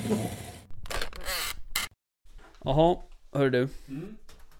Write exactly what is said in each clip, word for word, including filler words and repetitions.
Jaha, hör du. Mm.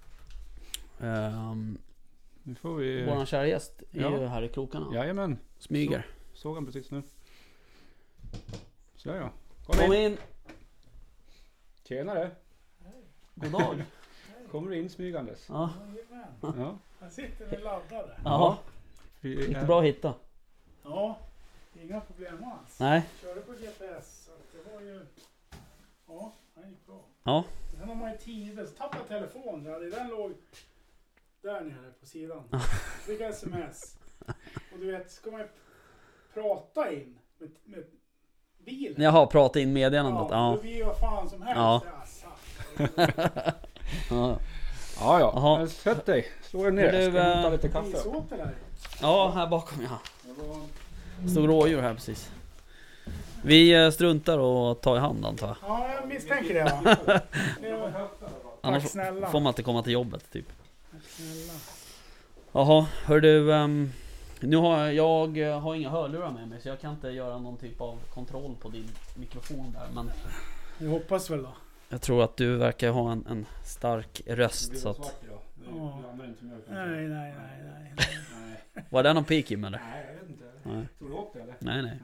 Um, Nu får vi... Våran kära gäst är Ja. ju här i krokarna. Jajamän. Smyger. Så, såg han precis nu. Så ja. Kom, Kom in. in. Tjenare. God dag. Kommer du in smygandes? Ja. Ja. Han sitter och laddade. Jaha. Vi Gick är... det bra att hitta? Ja, inga problem alls. Nej. Körde på G P S. Så det var ju... Ja, det gick bra. Ja. Sen har man ju tidvis tappat telefonen. Där. Den låg där nere på sidan. Fick sms. Och du vet, ska man ju prata in med, med bilen. Jaha, prata in meddelandet. Ja, Ja. det blir ju vad fan som helst. Ja. Ja. Ja. Ja, ja. Jaha. Men sätt dig. Slå dig ner. Du, Ska hämta äh, lite kaffe. Isåter där. Ja, här bakom ja. Det var... Stod rådjur här precis. Vi eh, struntar och tar i hand antar jag. Ja, jag misstänker det va. Det var... Annars Tack snälla. får man inte komma till jobbet typ. Tack snälla. Jaha, hör du. Um, nu har jag, jag eh, har inga hörlurar med mig så jag kan inte göra någon typ av kontroll på din mikrofon där. Men Jag hoppas väl då. jag tror att du verkar ha en, en stark röst så att... Ja. Nej, nej, nej, nej. Nej. Var det någon pik in eller? Nej, jag vet inte. Nej. Tror du åt det eller? Nej, nej.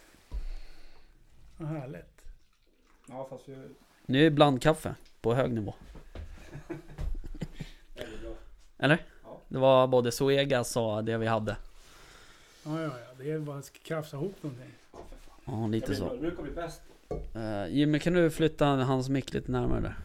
Vad härligt. Ja, fast vi... Nu är blandkaffe på hög nivå. Det är bra. Eller? Ja. Det var både Zoegas och det vi hade. Ja, ja, ja. Det är bara att krafsa ihop någonting. Ja, för fan. Ja, Det lite blir så. bra. Det brukar bli bäst. Uh, Jimmy, kan du flytta hans mick lite närmare där?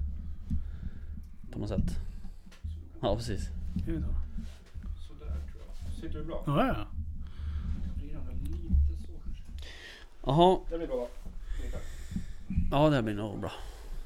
På något sätt. Ja, precis. Det är det då. Sådär tror jag. Sitter du bra? Ja, ja. Lite så kanske. Jaha, Det blir bra. ja det blir nog bra.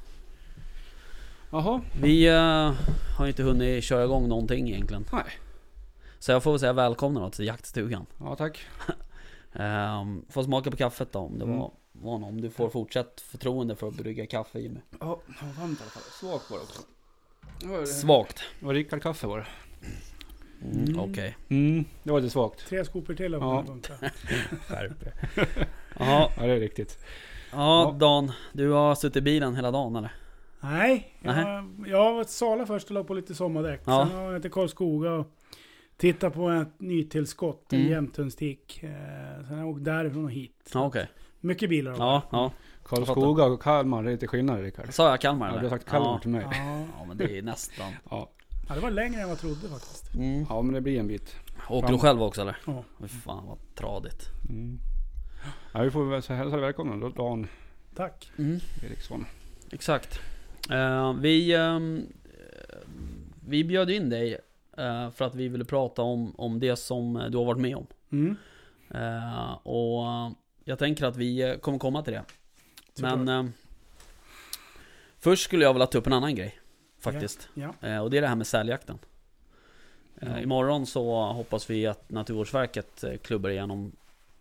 Jaha. Vi uh, har inte hunnit köra igång någonting egentligen. Nej. Så jag får väl säga välkomna då till jaktstugan. Ja, tack. Um, får smaka på kaffet då om det Mm. var, var någon. Om du får fortsatt förtroende för att brygga kaffe, Jimmy. Ja, det var varmt i alla fall. Svagt var det också. Det var, det. Svagt. Det var Rickard kaffe var det. Mm, Mm. Okej. Mm, det var lite svagt. Tre skopor till av Ja. den punkten. Skärp dig. Jaha. Ja, det är riktigt. Ja, Ja. Dan. Du har suttit i bilen hela dagen eller? Nej, Nähä. jag, jag var till Sala först och la på lite sommardäck. Ja. Sen har jag till Karlskoga och tittat på ett nytillskott, en Mm. jämthundstick. Eh, sen har jag åkt därifrån och hit. Ja, okej. Mycket bilar. Ja, ja. Karlskoga och Kalmar, det är inte skillnad, Rickard. Sa jag Kalmar Ja, eller? du har sagt Kalmar Ja. till mig. Ja. Ja, men det är nästan. Ja. Ja, det var längre än vad jag trodde faktiskt. Mm. Ja, men det blir en bit. Åker Fram. du själv också eller? Ja. Fy fan vad tradigt. Mm. Ja, vi får väl så hälsa dig välkommen då, Dan Tack. Mm. Eriksson. Exakt. Eh, vi, ehm, vi bjöd in dig eh, för att vi ville prata om, om det som du har varit med om. Mm. Eh, och jag tänker att vi kommer komma till det. Men eh, först skulle jag vilja ta upp en annan grej faktiskt. Ja. Eh, och det är det här med säljakten. Eh, Ja. Imorgon så hoppas vi att Naturvårdsverket eh, klubbar igenom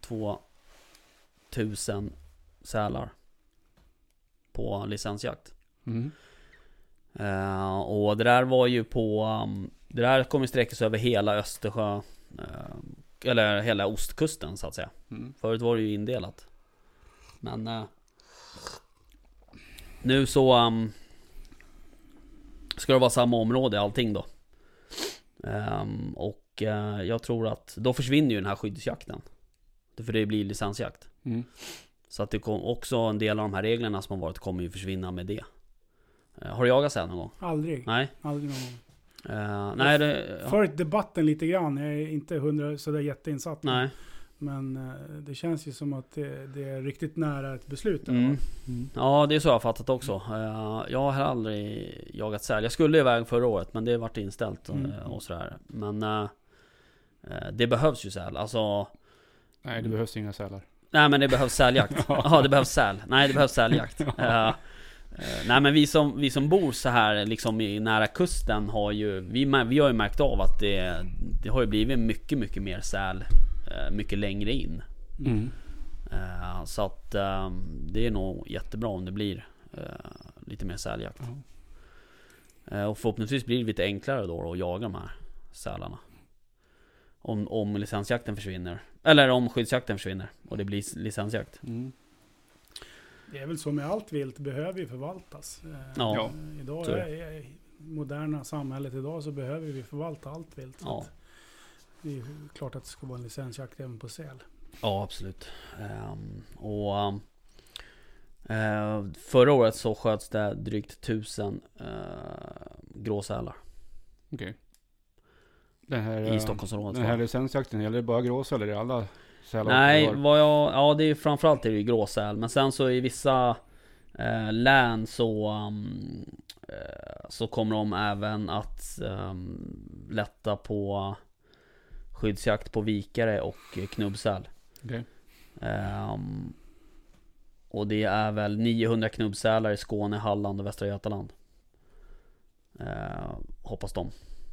tvåtusen sälar på licensjakt. Mm. Eh, och det där var ju på um, det där kommer sträcka sig över hela Östersjö eh, eller hela ostkusten så att säga. Mm. Förut var det ju indelat. Men eh, nu så um, ska det vara samma område allting då. Um, och uh, jag tror att då försvinner ju den här skyddsjakten. För det blir licensjakt. Mm. Så att det kom också en del av de här reglerna som har varit kommer ju försvinna med det. Uh, har du jagat sen någon gång? Aldrig. Nej. Aldrig någon gång. Uh, nej det, ja. Följt debatten lite grann. Jag är inte hundra sådär jätteinsatt. Nej. Men eh, det känns ju som att det, det är riktigt nära ett beslut. Mm. Mm. Ja, det är så jag har fattat också. Uh, jag har aldrig jagat säl. Jag skulle iväg förra året, men det vart inställt Mm. uh, och sådär. Men uh, uh, det behövs ju säl. Alltså, Nej, det behövs inga sälar. nej men det behövs säljakt. Ja, det behövs säl. Nej, det behövs säljakt. Uh, uh, nej men vi som, vi som bor så här liksom i nära kusten har ju, vi, vi har ju märkt av att det, det har ju blivit mycket, mycket mer säl uh, mycket längre in. Mm. Uh, så att um, det är nog jättebra om det blir uh, lite mer säljakt. Mm. Uh, och förhoppningsvis blir det lite enklare då att jaga de här sälarna. Om, om licensjakten försvinner. Eller om skyddsjakten försvinner och det blir licensjakt. Mm. Det är väl så med allt vilt, behöver ju förvaltas. Eh, Ja, idag så är är, är moderna samhället idag så behöver vi förvalta allt vilt. Så Ja. att det är klart att det ska vara en licensjakt även på säl. Ja, absolut. Ehm, och um, eh, förra året så sköts det drygt tusen uh, gråsälar Okej. Den här, i eh, Stockholmsområdet. Den här licensjakten, gäller det bara gråsäl eller är det alla sälar? Nej, har? vad jag, ja det är framförallt är det ju gråsäl. Men sen så i vissa eh, län så um, eh, så kommer de även att um, lätta på skyddsjakt på vikare och knubbsäl. Okej. Um, och det är väl niohundra knubbsälar i Skåne, Halland och Västra Götaland. Uh, hoppas de.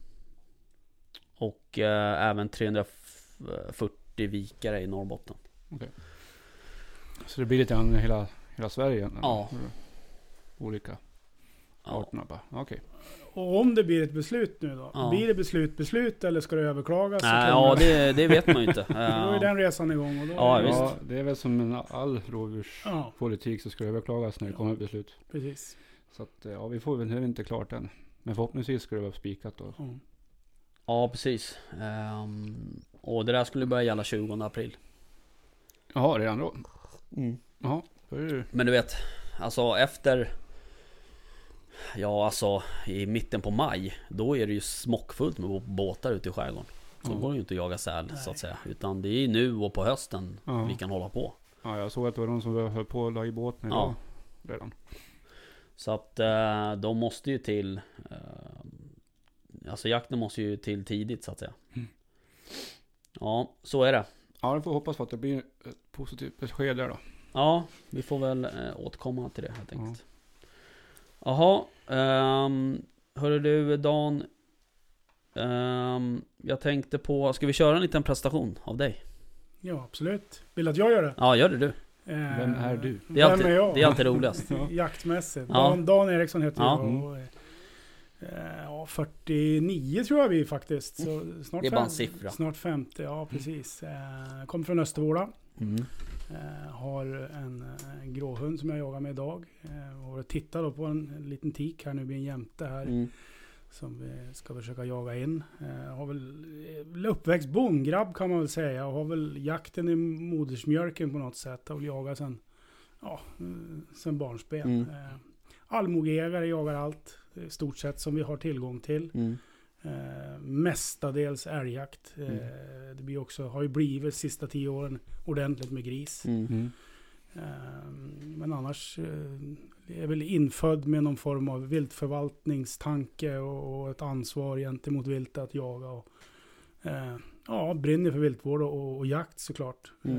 Och uh, även trehundrafyrtio vikare i Norrbotten. Så det blir lite grann hela, hela Sverige? Eller? Ja. Olika Ja. arterna bara. Okej. Och om det blir ett beslut nu då? Ja. Blir det beslut beslut eller ska det överklagas? Så Nej, kommer ja det- det, det vet man ju inte. Då är Uh, den resan igång. Och då Ja, är det- visst. Ja, det är väl som en all rovdjurspolitik Ja, så ska det överklagas när det Ja. kommer ett beslut. precis. Så att, ja, vi får väl, det är inte klart än. Men förhoppningsvis ska det vara spikat då. Ja. ja, precis. Um, och det där skulle börja gälla tjugonde april. Jaha, redan då? Mm. Jaha, då är det... Men du vet, alltså efter, ja alltså i mitten på maj, då är det ju smockfullt med båtar ute i skärgården. Så Ja. går det ju inte att jaga säl så Nej. att säga. Utan det är nu och på hösten Ja. vi kan hålla på. Ja, jag såg att det var de som höll på och la i båten idag. Redan. Så att eh, de måste ju till, eh, alltså jakten måste ju till tidigt så att säga. Mm. Ja, så är det. Ja, jag får hoppas på att det blir ett positivt besked där då. Ja, vi får väl eh, återkomma till det helt enkelt. Jaha, um, hörru du Dan, um, jag tänkte på, ska vi köra en liten prestation av dig? Ja, absolut. Vill du att jag gör det? Ja, gör det du. Eh, Vem är du? Det är Vem alltid, är jag? det är alltid roligast. Ja. Jaktmässigt. Ja. Dan, Dan Eriksson heter Ja. jag. Och, eh, ja, fyrtionio tror jag vi faktiskt. Så snart Det är bara en fem- siffra. Snart femtio, ja precis. Eh, kommer från Östervåla. Mm. Eh, har en, en gråhund som jag jagar med idag. Eh, och tittar då på en, en liten tik här nu, blir en jämte här. Mm. Som vi ska försöka jaga in. Eh, har väl eh, uppväxt bondgrabb kan man väl säga. Och har väl jakten i modersmjölken på något sätt. Har väl jagat sen, ja, eh, sen barnsben. Mm. Eh, allmogejägare jagar allt. I stort sett som vi har tillgång till. Mm. Eh, mestadels älgjakt. Eh, Mm. Det blir också, har ju blivit sista tio åren ordentligt med gris. Mm. Mm. Eh, men annars eh, är väl infödd med någon form av viltförvaltningstanke och, och ett ansvar gentemot viltet att jaga. Och, eh, ja, brinner för viltvård och, och jakt såklart. Mm. Eh,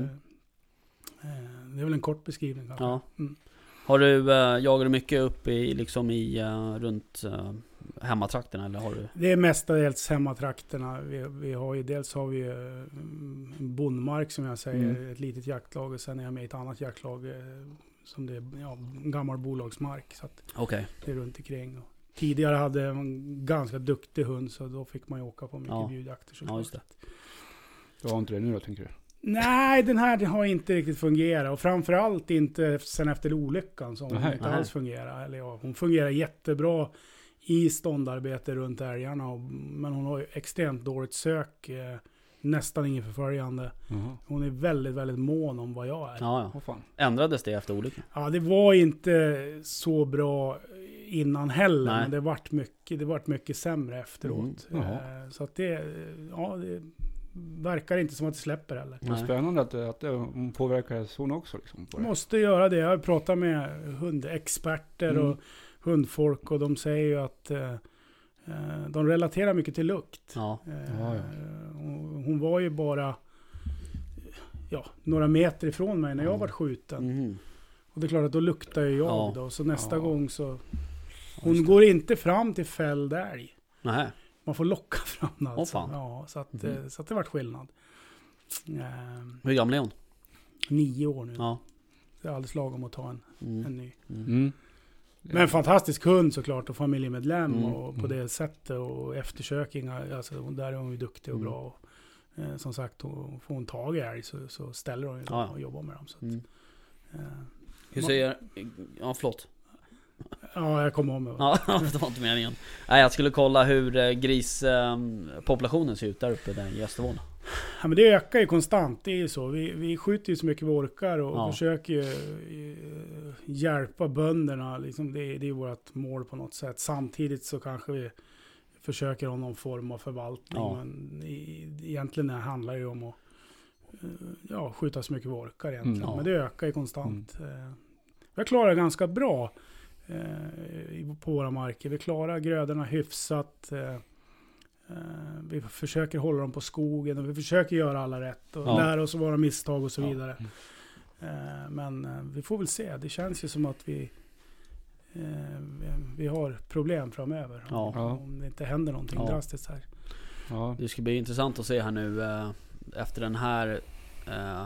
eh, det är väl en kort beskrivning kanske. Ja. Mm. Har du, äh, jagar du mycket upp i, liksom i, uh, runt uh, hemmatrakterna eller har du? Det är mestadels hemmatrakterna. Vi, vi har ju, dels har vi eh, en bondmark som jag säger, Mm. ett litet jaktlag, och sen är jag med i ett annat jaktlag eh, som det är, ja, en gammal bolagsmark. Så att Okej. det är runt omkring. Och tidigare hade jag en ganska duktig hund, så då fick man ju åka på mycket Ja. bjudjakter. Så Ja, just det. Du har inte det nu då, tänker du? Nej, den här har inte riktigt fungerat. Och framförallt inte sen efter olyckan som hon Nej. inte Nej. alls fungerar. Eller ja, hon fungerar jättebra i ståndarbete runt älgarna. Och, men hon har ju extremt dåligt sök. Eh, nästan ingen förföljande. Jaha. Hon är väldigt, väldigt mån om vad jag är. Ja, Ja, ja. Vad fan? Ändrades det efter olyckan? det var inte så bra innan heller. Nej. Men det vart mycket, det vart mycket sämre efteråt. Mm. Jaha. Eh, så att det, ja, det verkar inte som att det släpper heller. Vad Nej. spännande att, det- att det hon påverkar hon också liksom på det. Måste göra det. Jag har pratat med hundexperter Mm. och hundfolk, och de säger ju att eh, eh, de relaterar mycket till lukt. Ja. Eh, Ja, ja. och hon var ju bara ja, några meter ifrån mig när jag Ja. var skjuten. Mm. Och det är klart att då luktar ju jag Ja. då. Så nästa Ja. gång så... Ja, Hon just det. går inte fram till fälld älg. Nej. Man får locka fram den, alltså. Åh, fan. Ja, så att, Mhm. eh, så att det vart skillnad. Eh, Hur gammal är hon? nio år nu. Ja. Det är alldeles lagom att ta en, Mm. en ny. Mm. Mm. Men en fantastisk hund såklart, och familjemedlem Mm, och på mm. det sättet, och eftersökingar, alltså där är hon ju duktig och Mm. bra. Och, eh, som sagt, hon, får hon tag i älg så, så ställer hon ju Ja, ja. och jobbar med dem. Så att, Mm. eh, Hur säger... Ja, förlåt. Ja, jag kommer om mig. Ja, det var inte meningen. Nej, jag skulle kolla hur eh, grispopulationen ser ut där uppe där i Östervåla. Ja, men det ökar ju konstant, det är ju så. Vi, vi skjuter ju så mycket vi orkar och Ja. försöker ju eh, hjälpa bönderna. Liksom det, är- det är vårt mål på något sätt. Samtidigt så kanske vi försöker ha någon form av förvaltning. Ja. Men i, egentligen handlar det ju om att eh, ja, skjuta så mycket vi orkar egentligen. Mm, ja. Men det ökar ju konstant. Eh, Vi klarar ganska bra eh, i- på våra marker. Vi klarar grödorna hyfsat. Eh, eh, vi försöker hålla dem på skogen och vi försöker göra alla rätt och Ja. lära oss av våra misstag och så Ja. vidare. Eh, men eh, vi får väl se. Det känns ju som att vi eh, vi- vi har problem framöver. Ja. Ja. Om det inte händer någonting Ja. drastiskt här. Ja. Det ska bli intressant att se här nu eh, efter den här eh,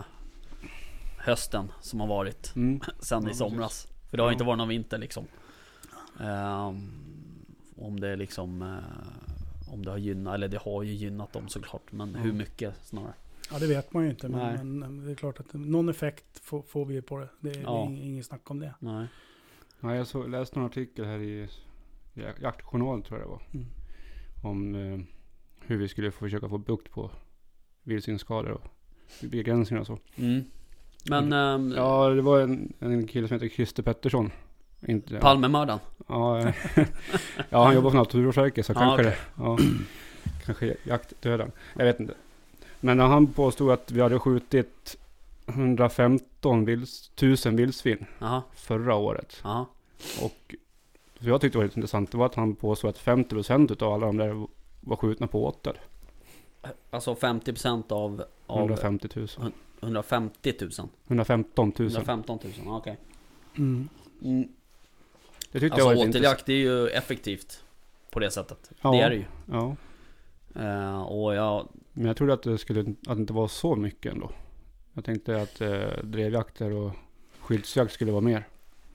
hösten som har varit Mm. sen Ja, i somras. För det har Ja. inte varit någon vinter liksom. Ehm, om det liksom eh, om det har gynnat, eller det har ju gynnat dem såklart, men Ja. hur mycket snarare. Ja, det vet man ju inte. Nej. Men, men det är klart att någon effekt får, får vi ju på det. Det, det Ja. är ing- inget snack om det. Nej. Ja, jag så, läste en artikel här i Jak- Jaktjournal tror jag det var. Mm. Om eh, hur vi skulle försöka få bukt på vildsvinsskador och begränsningar och så. Mm. Men ehm, Ja, det var en, en kille som heter Christer Pettersson. Inte, Palmemördaren. Ja, eh, ja, han jobbar på Naturvårdsverket så Ja, kanske okej. det. Ja, kanske jaktdöden. Jag vet inte. Men när han påstod att vi hade skjutit hundrafemton vils, tusen vildsvin Jaha, förra året. jaha. Och så jag tyckte det var lite intressant. Det var att han påstod att femtio procent av alla de där var skjutna på åtel. Alltså femtio procent av, av hundrafemtio tusen. hundrafemtio tusen. hundrafemton tusen. hundrafemton tusen, ja, okej. Mm. Mm. Det tyckte jag Alltså var lite intressant. åteljakt är ju effektivt på det sättet. Ja. Det är det ju. Ja, Eh, och jag, men jag trodde att det skulle att det inte var så mycket ändå. Jag tänkte att eh, drevjakter och skyddsjakt skulle vara mer.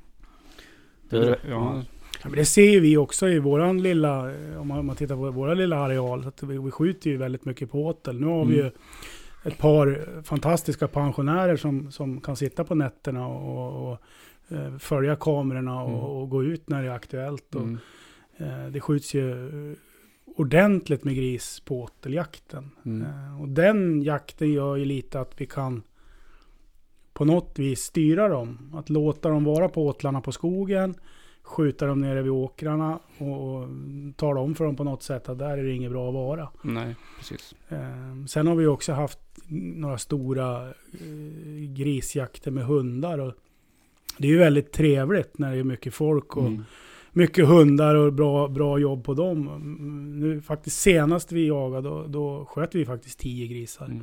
Det är det. Ja, Ja, men det ser ju vi också i våran lilla, eh, om man, om man tittar på våra lilla areal, så att vi, vi skjuter ju väldigt mycket på åtel. Nu har vi Mm. ju ett par fantastiska pensionärer som, som kan sitta på nätterna och, och, och eh, följa kamerorna och, Mm. och gå ut när det är aktuellt. Och, mm, eh, det skjuts ju eh, ordentligt med gris på åteljakten. mm, Eh, och den jakten gör ju lite att vi kan på något vis styra dem. Att låta dem vara på åtlarna på skogen, skjuta dem nere vid åkrarna och, och tala om för dem på något sätt att där är det inget bra att vara. nej, precis. Eh, sen har vi också haft några stora eh, grisjakter med hundar. Och det är ju väldigt trevligt när det är mycket folk och Mm. mycket hundar och bra, bra jobb på dem. Mm, Nu faktiskt senast vi jagade då, då sköt vi faktiskt tio grisar. Mm.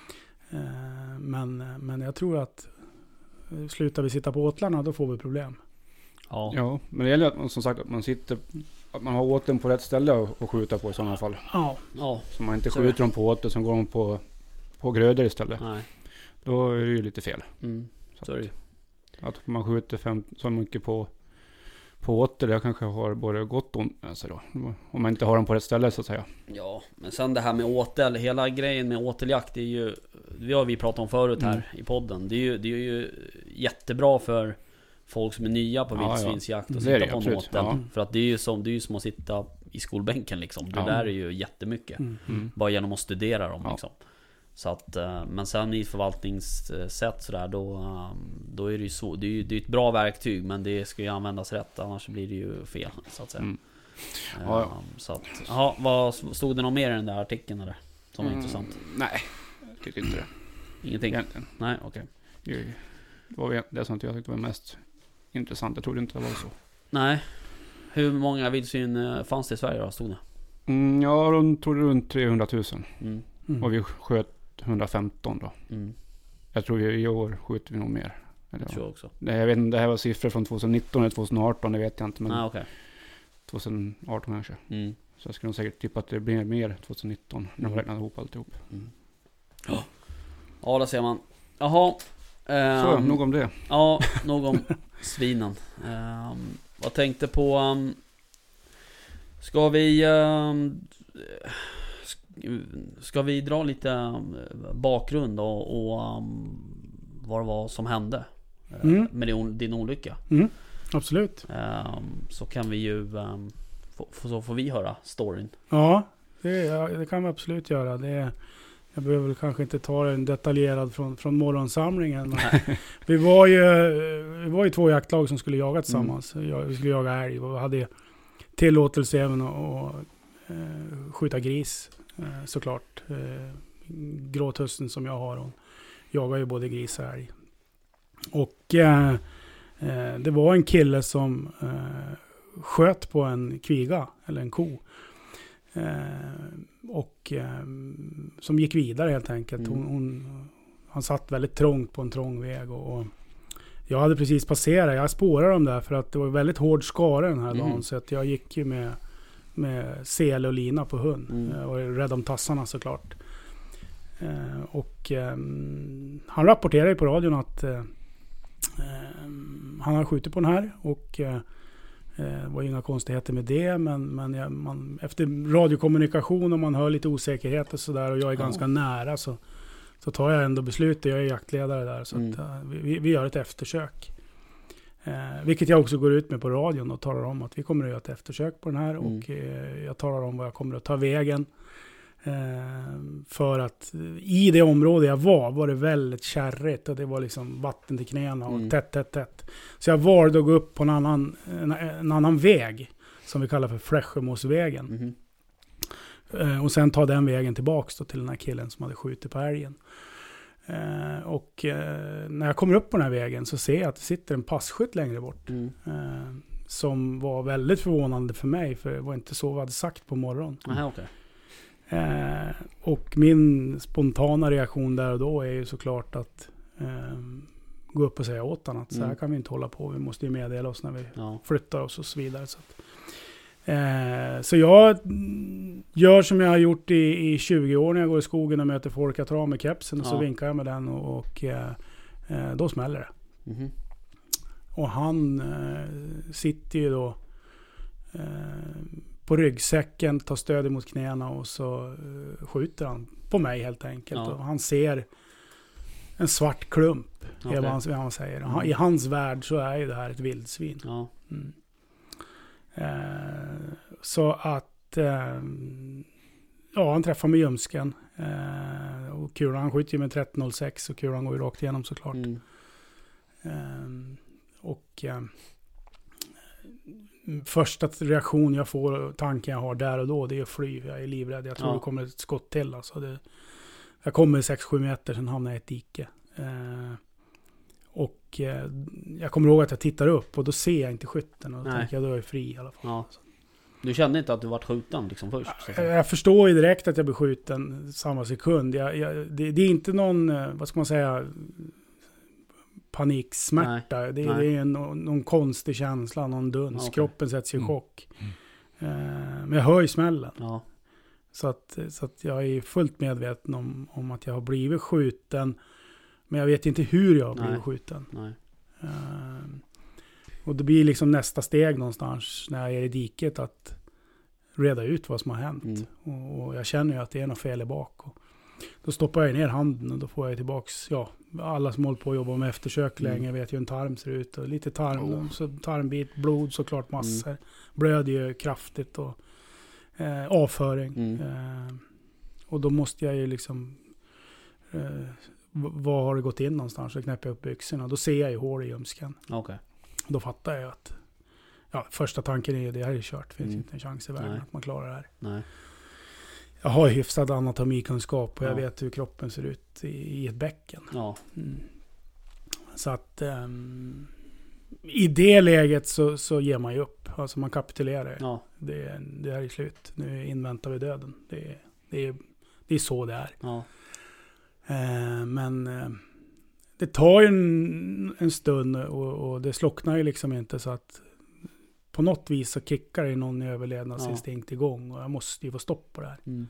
Eh, men, men jag tror att eh, slutar vi sitta på åtlarna då får vi problem. ja. Ja, men det gäller att man, som sagt att man sitter, att man har åteln på rätt ställe och, och skjuta på i sådana fall. Ja, ja. Så man inte Så är det. skjuter dem på åtel, som går de på, på grödor istället. Nej. Då är det ju lite fel. Mm. Så är det ju. Att man skjuter fem, så mycket på, på åtel, jag kanske har både gott och ont med sig då. Om man inte har dem på rätt ställe så att säga. Ja, men sen det här med åtel, hela grejen med åteljakt, det är ju, det har vi pratat om förut här Mm. i podden. Det är ju, det är ju jättebra för folk som är nya på Ja, ja. vildsvinsjakt och Det är sitta det, på en absolut. åtel. Ja. För att det är ju som, det är ju som att sitta i skolbänken liksom. Det Ja. där är ju jättemycket. mm. Mm. Bara genom att studera dem Ja. liksom. Så att, eh, men sen i förvaltningssätt sådär, då, eh, då är det ju så, det är ju det är ett bra verktyg, men det ska ju användas rätt, annars blir det ju fel så att säga. Mm. Eh, Ja, ja. Så att, jaha, vad stod det något mer i den där artikeln eller? Som var Mm, intressant? Nej, jag tyckte inte det. Ingenting? Egentligen. Nej, okej. Det var det som jag tyckte var mest intressant. Jag trodde inte det var så. Nej. Hur många vildsvin eh, fanns det i Sverige då, stod det? Mm, ja, de tog runt trehundratusen. Mm. Mm. Och vi sköt hundrafemton då. Mm. Jag tror vi i år skjuter vi nog mer. Eller, Jag tror också. Nej, jag vet inte, det här var siffror från tjugonitton eller tjugoarton, det vet jag inte. Men Nej, okej. tjugoarton kanske. Mm. Så jag skulle nog säkert tippa att det blir mer tjugonitton när de Mm. räknar ihop alltihop. Mm. Ja. Ja, där ser man. Jaha. ehm, Så, nog om det. Ja, nog om svinen. Ehm, vad tänkte på... Um, ska vi... Um, ska vi dra lite um, bakgrund och, och um, vad det var som hände mm. med din, din olycka. Mm. Absolut. Um, så kan vi ju um, få, så får vi höra storyn. Ja, det, ja, det kan vi absolut göra. Det, jag behöver väl kanske inte ta en detaljerad från, från morgonsamlingen. vi, var ju, vi var ju två jaktlag som skulle jaga tillsammans. Mm. Vi skulle jaga älg och vi hade tillåtelse även att, att uh, skjuta gris, uh, såklart. Uh, gråtussen som jag har, och jagar ju både gris och älg. Och uh, uh, det var en kille som uh, sköt på en kviga eller en ko. Uh, och um, som gick vidare helt enkelt. Hon, hon, han satt väldigt trångt på en trång väg och, och jag hade precis passerat. Jag spårade dem där för att det var väldigt hård skare den här mm. dagen, så att jag gick ju med, med sele och lina på hund. Mm. Jag var rädd om tassarna såklart. Uh, och um, han rapporterade på radion att uh, um, han har skjutit på den här och uh, det var inga konstigheter med det, men, men jag, man, efter radiokommunikation och man hör lite osäkerhet och sådär, och jag är ja. ganska nära, så, så tar jag ändå beslutet. Jag är jaktledare där, så mm. att, uh, vi, vi gör ett eftersök. Uh, vilket jag också går ut med på radion och talar om att vi kommer att göra ett eftersök på den här mm. och uh, jag talar om vad jag kommer att ta vägen. Uh, för att uh, i det område jag var var det väldigt kärrigt och det var liksom vatten till knäna och mm. tätt, tätt, tätt. Så jag valde att gå upp på en annan, en, en annan väg som vi kallar för Fräschemosvägen. Mm. Uh, och sen ta den vägen tillbaks då till den här killen som hade skjutit på älgen. Uh, och uh, när jag kommer upp på den här vägen så ser jag att det sitter en passkytt längre bort. Mm. Uh, som var väldigt förvånande för mig, för det var inte så vi hade sagt på morgonen. Aha, okay. Eh, och min spontana reaktion där och då är ju såklart att eh, gå upp och säga åt honom att mm. så här kan vi inte hålla på, vi måste ju meddela oss när vi ja. flyttar oss och så vidare. Så, att, eh, så jag gör som jag har gjort i, i tjugo år när jag går i skogen och möter folk. Jag tar av med kepsen och ja. så vinkar jag med den och, och eh, då smäller det. Mm. Och han eh, sitter ju då eh, på ryggsäcken, tar stöd mot knäna och så uh, skjuter han på mig helt enkelt. Ja. Och han ser en svart klump, okay. vad, han, vad han säger. Mm. I hans värld så är ju det här ett vildsvin. Ja. Mm. Uh, så att uh, ja, han träffar med ljumsken. Uh, och kulan, han skjuter ju med tretton noll sex och kulan går ju rakt igenom såklart. Mm. Uh, och uh, första reaktion jag får, tanken jag har där och då, det är att fly. Jag är livrädd. Jag tror ja. det kommer ett skott till. Alltså det, jag kommer sex sju meter, sen hamnar jag i ett dike. Eh, och eh, jag kommer ihåg att jag tittar upp och då ser jag inte skytten. Och då Nej. tänker jag, då är jag fri i alla fall. Ja. Du kände inte att du var skjuten liksom först? Jag, jag förstår ju direkt att jag blir skjuten samma sekund. Jag, jag, det, det är inte någon, vad ska man säga, paniksmärta. Nej, det, det är en, någon konstig känsla, någon duns. Okay. Kroppen sätts i chock. Mm. Mm. Men jag hör ju smällen. Ja. Så, att, så att jag är fullt medveten om, om att jag har blivit skjuten. Men jag vet inte hur jag har blivit Nej. skjuten. Nej. Uh, och det blir liksom nästa steg någonstans när jag är i diket att reda ut vad som har hänt. Mm. Och, och jag känner ju att det är något fel i bak. Och då stoppar jag ner handen och då får jag tillbaks, ja, alla som håller på att jobba med eftersök mm. länge vet ju hur en tarm ser ut. Och lite tarm, oh. så tarmbit, blod såklart massor. Mm. Blöder ju kraftigt och eh, avföring. Mm. Eh, och då måste jag ju liksom, eh, vad har det gått in någonstans? Så knäpper jag upp byxorna. Då ser jag ju hål i ljumsken. Okay. Då fattar jag att, ja, första tanken är ju det här är kört. Det finns mm. inte en chans i världen Nej. att man klarar det här. Nej. Jag har hyfsad anatomikunskap och jag ja. vet hur kroppen ser ut i, i ett bäcken. Ja. Mm. Så att um, i det läget så, så ger man ju upp. Alltså man kapitulerar. Ja. Det, det är slut. Nu inväntar vi döden. Det, det, det är så det är. Ja. Uh, men uh, det tar ju en, en stund och, och det slocknar ju liksom inte, så att på något vis så kickar det någon överlevnadsinstinkt ja. igång och jag måste ju få stopp på det här. Mm.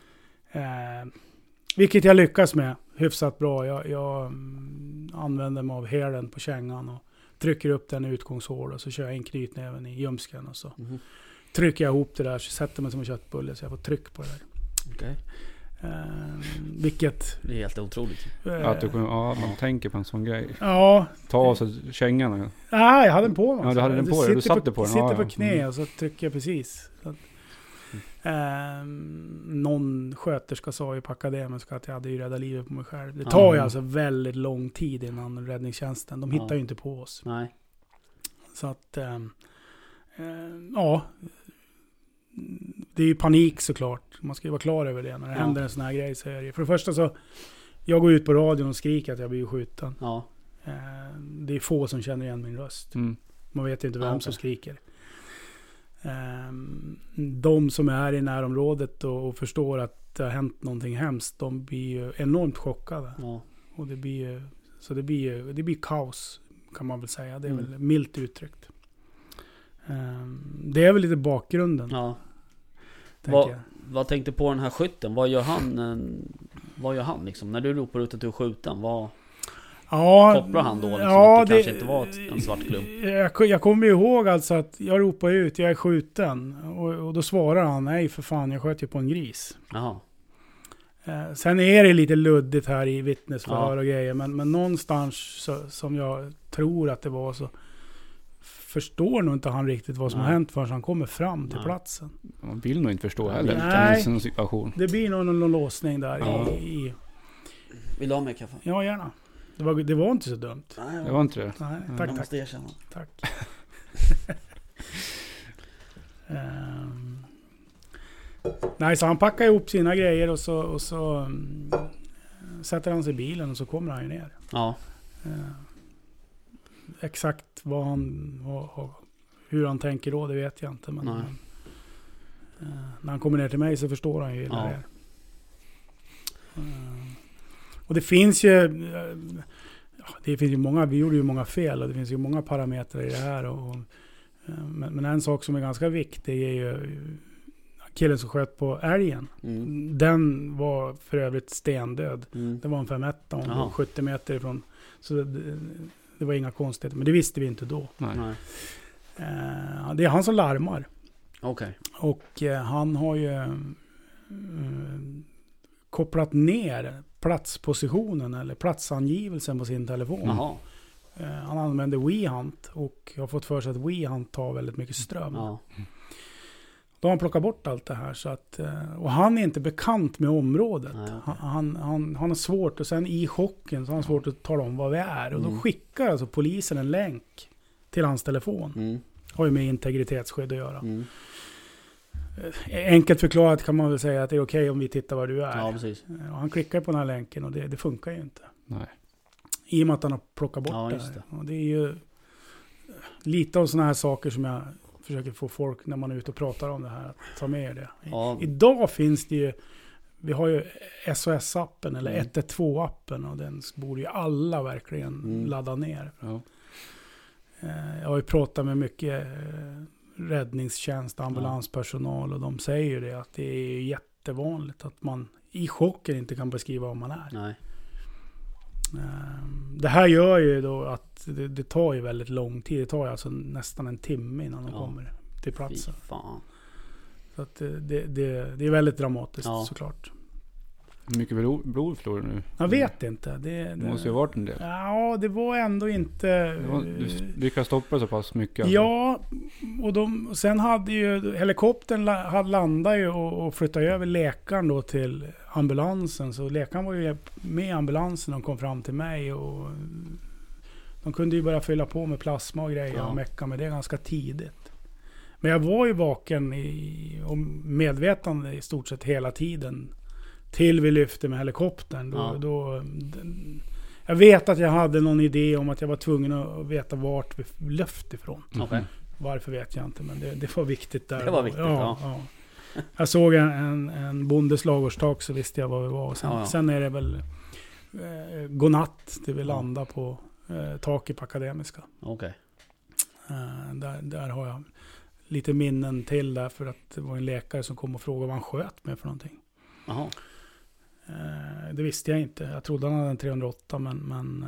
Eh, vilket jag lyckas med hyfsat bra. Jag, jag mm, använder mig av hälen på kängan och trycker upp den i utgångshål och så kör jag in knytnäven i ljumsken och så mm. trycker jag ihop det där, så sätter mig som en köttbulle så jag får tryck på det där. Okay. Eh, vilket... Det är helt otroligt. Eh, Att du, ja, man tänker på en sån grej. Ja. Ta av sig kängan. Nej, jag hade den på mig. Ja, du hade den på dig. Du sitter satte på den. Sitter Ja, på ja. knä Mm. och så trycker jag precis. Så att, eh, någon sköterska sa ju på akademiska att jag hade ju räddat livet på mig själv. Det tar ju Ja. alltså väldigt lång tid innan räddningstjänsten. De hittar Ja. ju inte på oss. Nej. Så att, eh, eh, ja. Det är ju panik såklart. Man ska ju vara klar över det. När det Ja. händer en sån här grej så är det. För det första så, jag går ut på radion och skriker att jag blir skjuten. Ja. Eh, det är få som känner igen min röst. Mm. Man vet inte vem Ja, okay. som skriker. Eh, de som är i närområdet och, och förstår att det har hänt någonting hemskt, de blir ju enormt chockade. Ja. Och det blir ju, så det blir ju, det blir kaos kan man väl säga. Det är Mm. väl milt uttryckt. Eh, det är väl lite bakgrunden. Ja. Tänker Vad, jag. vad tänkte på den här skytten? Vad gör han? eh, Vad gör han liksom? När du ropar ut att du är skjuten, vad Ja, kopplar han då liksom? ja, att det, kanske inte var ett, en svart klubb? Jag, jag kommer ju ihåg alltså att jag ropar ut, jag är skjuten. Och, och då svarar han, nej för fan, jag sköt ju på en gris. Jaha. Eh, sen är det lite luddigt här i vittnesförhör Ja. och grejer. Men, men någonstans så, som jag tror att det var så förstår nog inte han riktigt vad som Nej. har hänt förrän han kommer fram till Nej. platsen. Man vill nog inte förstå heller. Nej. Nej. En situation. Det blir nog någon, någon låsning där Ja. i, i... Vill du ha mer kaffe? Ja, gärna. Det var, det var inte så dumt. Nej, Det var inte det. Nej, Ja. tack, jag tack. måste erkänna. Tack. Ehm. Nej, så han packar ihop sina grejer och så, och så um, sätter han sig i bilen och så kommer han ju ner. Ja. Eh, exakt vad han, vad, vad, hur han tänker då, det vet jag inte. Men Nej. eh, när han kommer ner till mig så förstår han ju hur Ja. det är. Eh, och det finns ju, eh, ja, det finns ju många, vi gjorde ju många fel och det finns ju många parametrar i det här. Och, eh, men, men en sak som är ganska viktig är ju killen som sköt på älgen. Mm. Den var för övrigt stendöd. Mm. Det var en fem ett och Jaha. sjuttio meter ifrån. Så det, det var inga konstigheter. Men det visste vi inte då. Nej. Nej. Eh, det är han som larmar. Okej. Och eh, han har ju eh, kopplat ner platspositionen eller platsangivelsen på sin telefon. Jaha. Eh, han använder WeHunt och har fått för sig att WeHunt tar väldigt mycket ström. Ja. Då har han plockat bort allt det här. Så att, eh, och han är inte bekant med området. Nej, okej. han, han, han, han har svårt, och sen i chocken så har han svårt att tala om vad vi är. Och Mm. då skickar alltså polisen en länk till hans telefon. Mm. Har ju med integritetsskydd att göra. Mm. Eh, Enkelt förklarat kan man väl säga att det är okej om vi tittar var du är. Ja, precis. Eh, och han klickar på den här länken och det, det funkar ju inte. Nej. I och med att han har plockat bort Ja, det just här. det. Och det är ju lite av sådana här saker som jag försöker få folk när man är ute och pratar om det här att ta med det. I, Ja. Idag finns det ju, vi har ju S O S-appen eller Mm. ett ett två-appen och den borde ju alla verkligen Mm. ladda ner. Ja. Eh, Jag har ju pratat med mycket eh, räddningstjänst, ambulanspersonal och de säger ju det att det är jättevanligt att man i chocken inte kan beskriva vad man är. Nej. Eh, Det här gör ju då att det, det tar ju väldigt lång tid. Det tar ju alltså nästan en timme innan de Ja. kommer till Fy platsen. fan. Så att det, det, det, det är väldigt dramatiskt Ja. såklart. Hur mycket blod, blod förlorar du nu? Jag vet inte. Det, Det måste ju ha varit en del. Ja, det var ändå inte... Det var, du lyckades stoppa så pass mycket. Alltså. Ja, och de, sen hade ju helikoptern la- hade landat ju och, och flyttade över läkaren då till ambulansen. Så läkaren var ju med ambulansen och kom fram till mig och de kunde ju börja fylla på med plasma och grejer Ja. och mecka med det ganska tidigt. Men jag var ju vaken i, och medvetande i stort sett hela tiden till vi lyfte med helikoptern. Då, Ja. då, den, jag vet att jag hade någon idé om att jag var tvungen att veta vart vi lyfte ifrån. Okej. Varför vet jag inte, men det, det var viktigt där. Det var viktigt, ja. ja. Jag såg en, en, en bondes ladugårdstak så visste jag var vi var. Och sen, Ja, ja. sen är det väl eh, godnatt till vi landar på eh, taket på Akademiska. Okej. Eh, där, där har jag lite minnen till där för att det var en läkare som kom och frågade vad han sköt med för någonting. Jaha. Eh, det visste jag inte. Jag trodde han hade en trehundraåtta men, men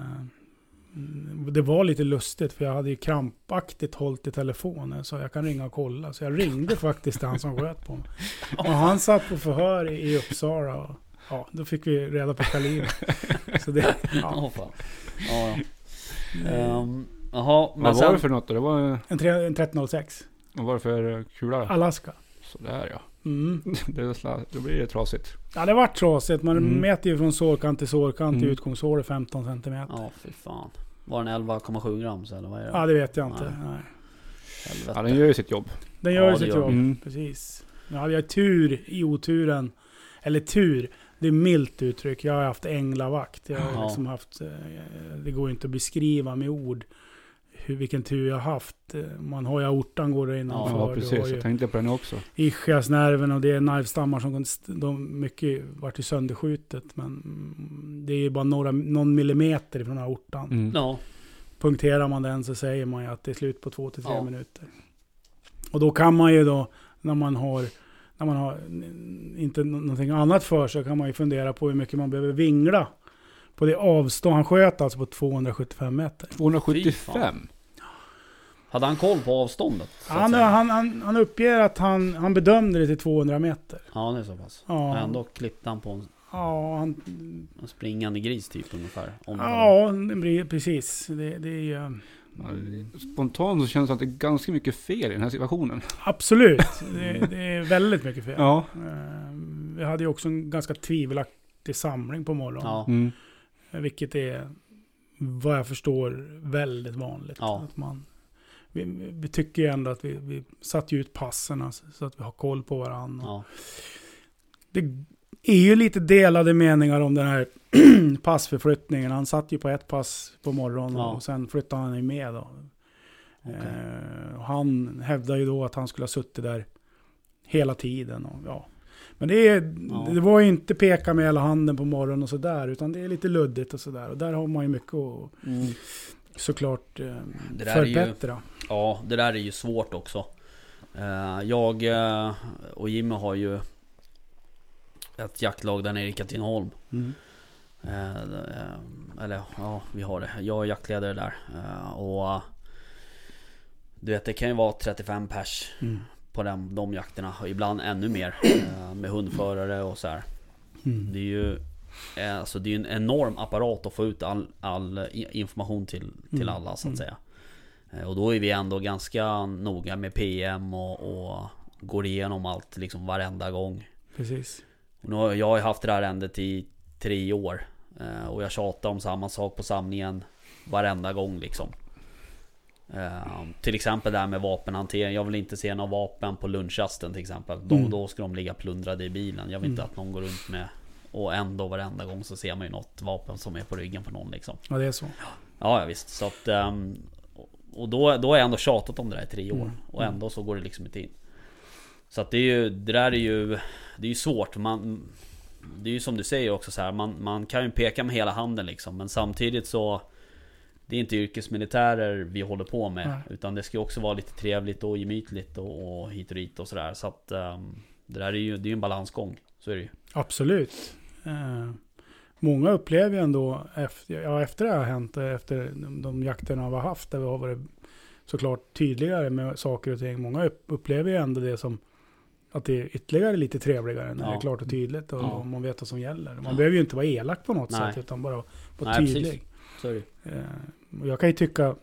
eh, det var lite lustigt för jag hade ju krampaktigt hållit i telefonen så jag kan ringa och kolla. Så jag ringde faktiskt till han som sköt på mig. Och han satt på förhör i, i Uppsala. Och ja, då fick vi reda på kaliber. Så det, ja. Åh, fan. Ja, ja. Um, Jaha, men Vad sen... var det för något då? Det var, En, tre, en tretton noll sex. vad var det för kula? Alaska. Sådär ja. Mm. Det är sla, då blir det trasigt. Ja, det var trasigt. Man Mm. mäter ju från sårkant till sårkant Mm. till utgångshålet femton centimeter. Ja, fy fan. Var den elva komma sju gram så eller vad är det? Ja, det vet jag inte. Nej. Nej. Helvete. Ja, den gör ju sitt jobb. Den gör Ja, ju det sitt gör jobb. den. Mm. Precis. Nu hade jag tur i oturen. Eller tur. Det är milt uttryck. Jag har haft änglavakt. Jag har Ja. liksom haft... eh, Det går inte att beskriva med ord hur, vilken tur jag har haft. Man har ju aortan går det innanför. Ja, Du precis. har ju Jag tänkte på den också. ischiasnerven och det är nervstammar som går- de mycket vart ju sönderskjutet. Men mm, det är ju bara några, någon millimeter ifrån aortan. Mm. Ja. Punkterar man den så säger man ju att det är slut på två till tre Ja. minuter. Och då kan man ju då, när man har, när man har n- inte nå- någonting annat för sig, kan man ju fundera på hur mycket man behöver vingla. På det avstånd, han sköt alltså på tvåhundrasjuttiofem meter. tvåhundrasjuttiofem? Hade han koll på avståndet? så att Han, säga? han, han, han uppger att han, han bedömde det till tvåhundra meter. Ja, det är så pass. Ja. Men ändå klippte han på en, Ja, han, en springande gris typ ungefär. Om det var- ja det blir precis. Det, det är ju... Ja, spontant så känns det att det är ganska mycket fel i den här situationen. Absolut. Det, det är väldigt mycket fel. Ja. Eh, Vi hade ju också en ganska tvivelaktig samling på morgonen. Ja. Mm. Vilket är, vad jag förstår, väldigt vanligt. Ja. Att man, vi, vi tycker ju ändå att vi, vi satt ju ut passerna så, så att vi har koll på varandra. Ja. Det är ju lite delade meningar om den här passförflyttningen. Han satt ju på ett pass på morgonen Ja. och sen flyttade han ju med då. Okej. Eh, och han hävdade ju då att han skulle ha suttit där hela tiden. Och, ja. Men det, är, Ja. det var ju inte peka med hela handen på morgonen och sådär, utan det är lite luddigt och sådär. Och där har man ju mycket att Mm. såklart eh, Det där är ju- förbättra. Ja, det där är ju svårt också. Eh, Jag eh, och Jimmy har ju ett jaktlag där nere i Katrineholm. Mm. Eh, eh, Eller ja, vi har det. Jag är jaktledare där. Eh, Och eh, du vet, det kan ju vara trettiofem pers Mm. på den, de jakterna. Och ibland ännu mer eh, med hundförare och så här. Mm. Det är ju eh, alltså det är en enorm apparat att få ut all, all i- information till, till Mm. alla så att Mm. säga. Eh, Och då är vi ändå ganska noga med P M och, och går igenom allt liksom varenda gång. Precis. Och nu har jag har ju haft det här ärendet i tre år. Eh, Och jag tjatar om samma sak på samlingen varenda gång liksom. Eh, till exempel det här med vapenhantering. Jag vill inte se några vapen på lunchrasten till exempel. Då, Mm. då ska de ligga plundrade i bilen. Jag vill inte Mm. att någon går runt med. Och ändå varenda gång så ser man ju något vapen som är på ryggen på någon liksom. Ja, det är så. Ja, ja visst. Så att, ehm, och då, då har jag ändå tjatat om det där i tre år. Mm. Och ändå så går det liksom inte in. Så att det är ju, det där är ju, det är ju svårt. Man, det är ju som du säger också så här, man, man kan ju peka med hela handen liksom. Men samtidigt så, det är inte yrkesmilitärer vi håller på med. Nej. Utan det ska ju också vara lite trevligt och gemytligt och, och hit och dit och sådär. Så att ehm, det där är ju, det är ju en balansgång. Så är det ju. Absolut. Eh, många upplever ju ändå efter, ja, efter det har hänt, efter de, de jakterna vi har haft, där vi har varit såklart tydligare med saker och ting. Många upp, upplever ju ändå det som att det är ytterligare lite trevligare när Ja. det är klart och tydligt och, Ja. och man vet vad som gäller. Man Ja. behöver ju inte vara elak på något Nej. sätt, utan bara vara Nej, tydlig. precis. Så är det ju. Eh, och jag kan ju tycka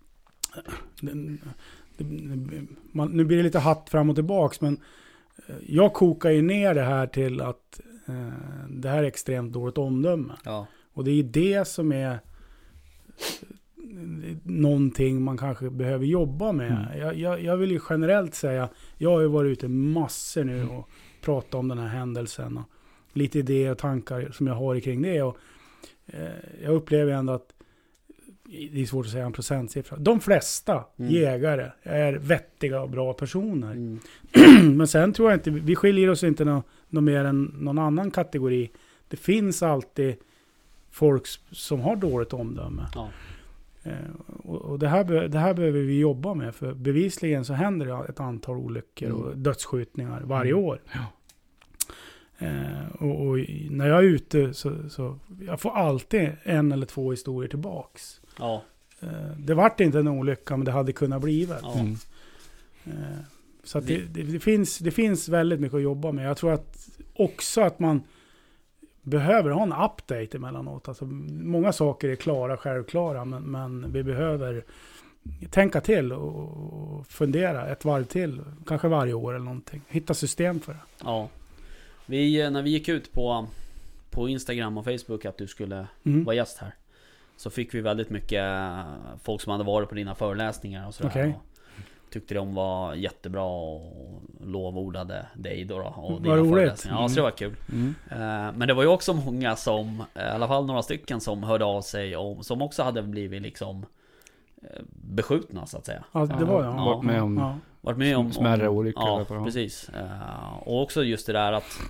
den, det, man, nu blir det lite hatt fram och tillbaks, men eh, jag kokar ju ner det här till att eh, det här är extremt dåligt omdöme. Ja. Och det är ju det som är eh, någonting man kanske behöver jobba med. Mm. Jag, jag, jag vill ju generellt säga, jag har ju varit ute massor nu och pratat om den här händelsen och lite idéer och tankar som jag har kring det. Och, eh, jag upplever ändå att det är svårt att säga en procentsiffra. De flesta Mm. jägare är vettiga och bra personer. Mm. Men sen tror jag inte, vi skiljer oss inte något nå mer än någon annan kategori. Det finns alltid folk som har dåligt omdöme. Ja. Eh, och och det, här, be- det här behöver vi jobba med, för bevisligen så händer det ett antal olyckor Mm. och dödsskjutningar varje Mm. år. Eh, och, och i- när jag är ute så, så jag får alltid en eller två historier tillbaks. Ja. Eh, det vart inte en olycka, men det hade kunnat bli det. Ja. Mm. Eh, Så att Vi- det, det, det, finns, det finns väldigt mycket att jobba med. Jag tror att också att man behöver ha en update emellanåt. Alltså, många saker är klara, självklara, men, men vi behöver tänka till och fundera ett varv till, kanske varje år eller någonting. Hitta system för det. Ja. Vi, när vi gick ut på, på Instagram och Facebook att du skulle Mm. vara gäst här, så fick vi väldigt mycket folk som hade varit på dina föreläsningar och sådär. Okej. Och tyckte de var jättebra och lovordade dig då, då och Vad dina roligt. föreläsningar. Ja, så det var kul. Mm. Eh, Men det var ju också många som, i alla fall några stycken som hörde av sig och som också hade blivit liksom eh, beskjutna så att säga. Ja, det var det. Ja. Varit med om Ja. Varit med om smärre om- olyckor. Ja, eller vad. precis. Eh, Och också just det där att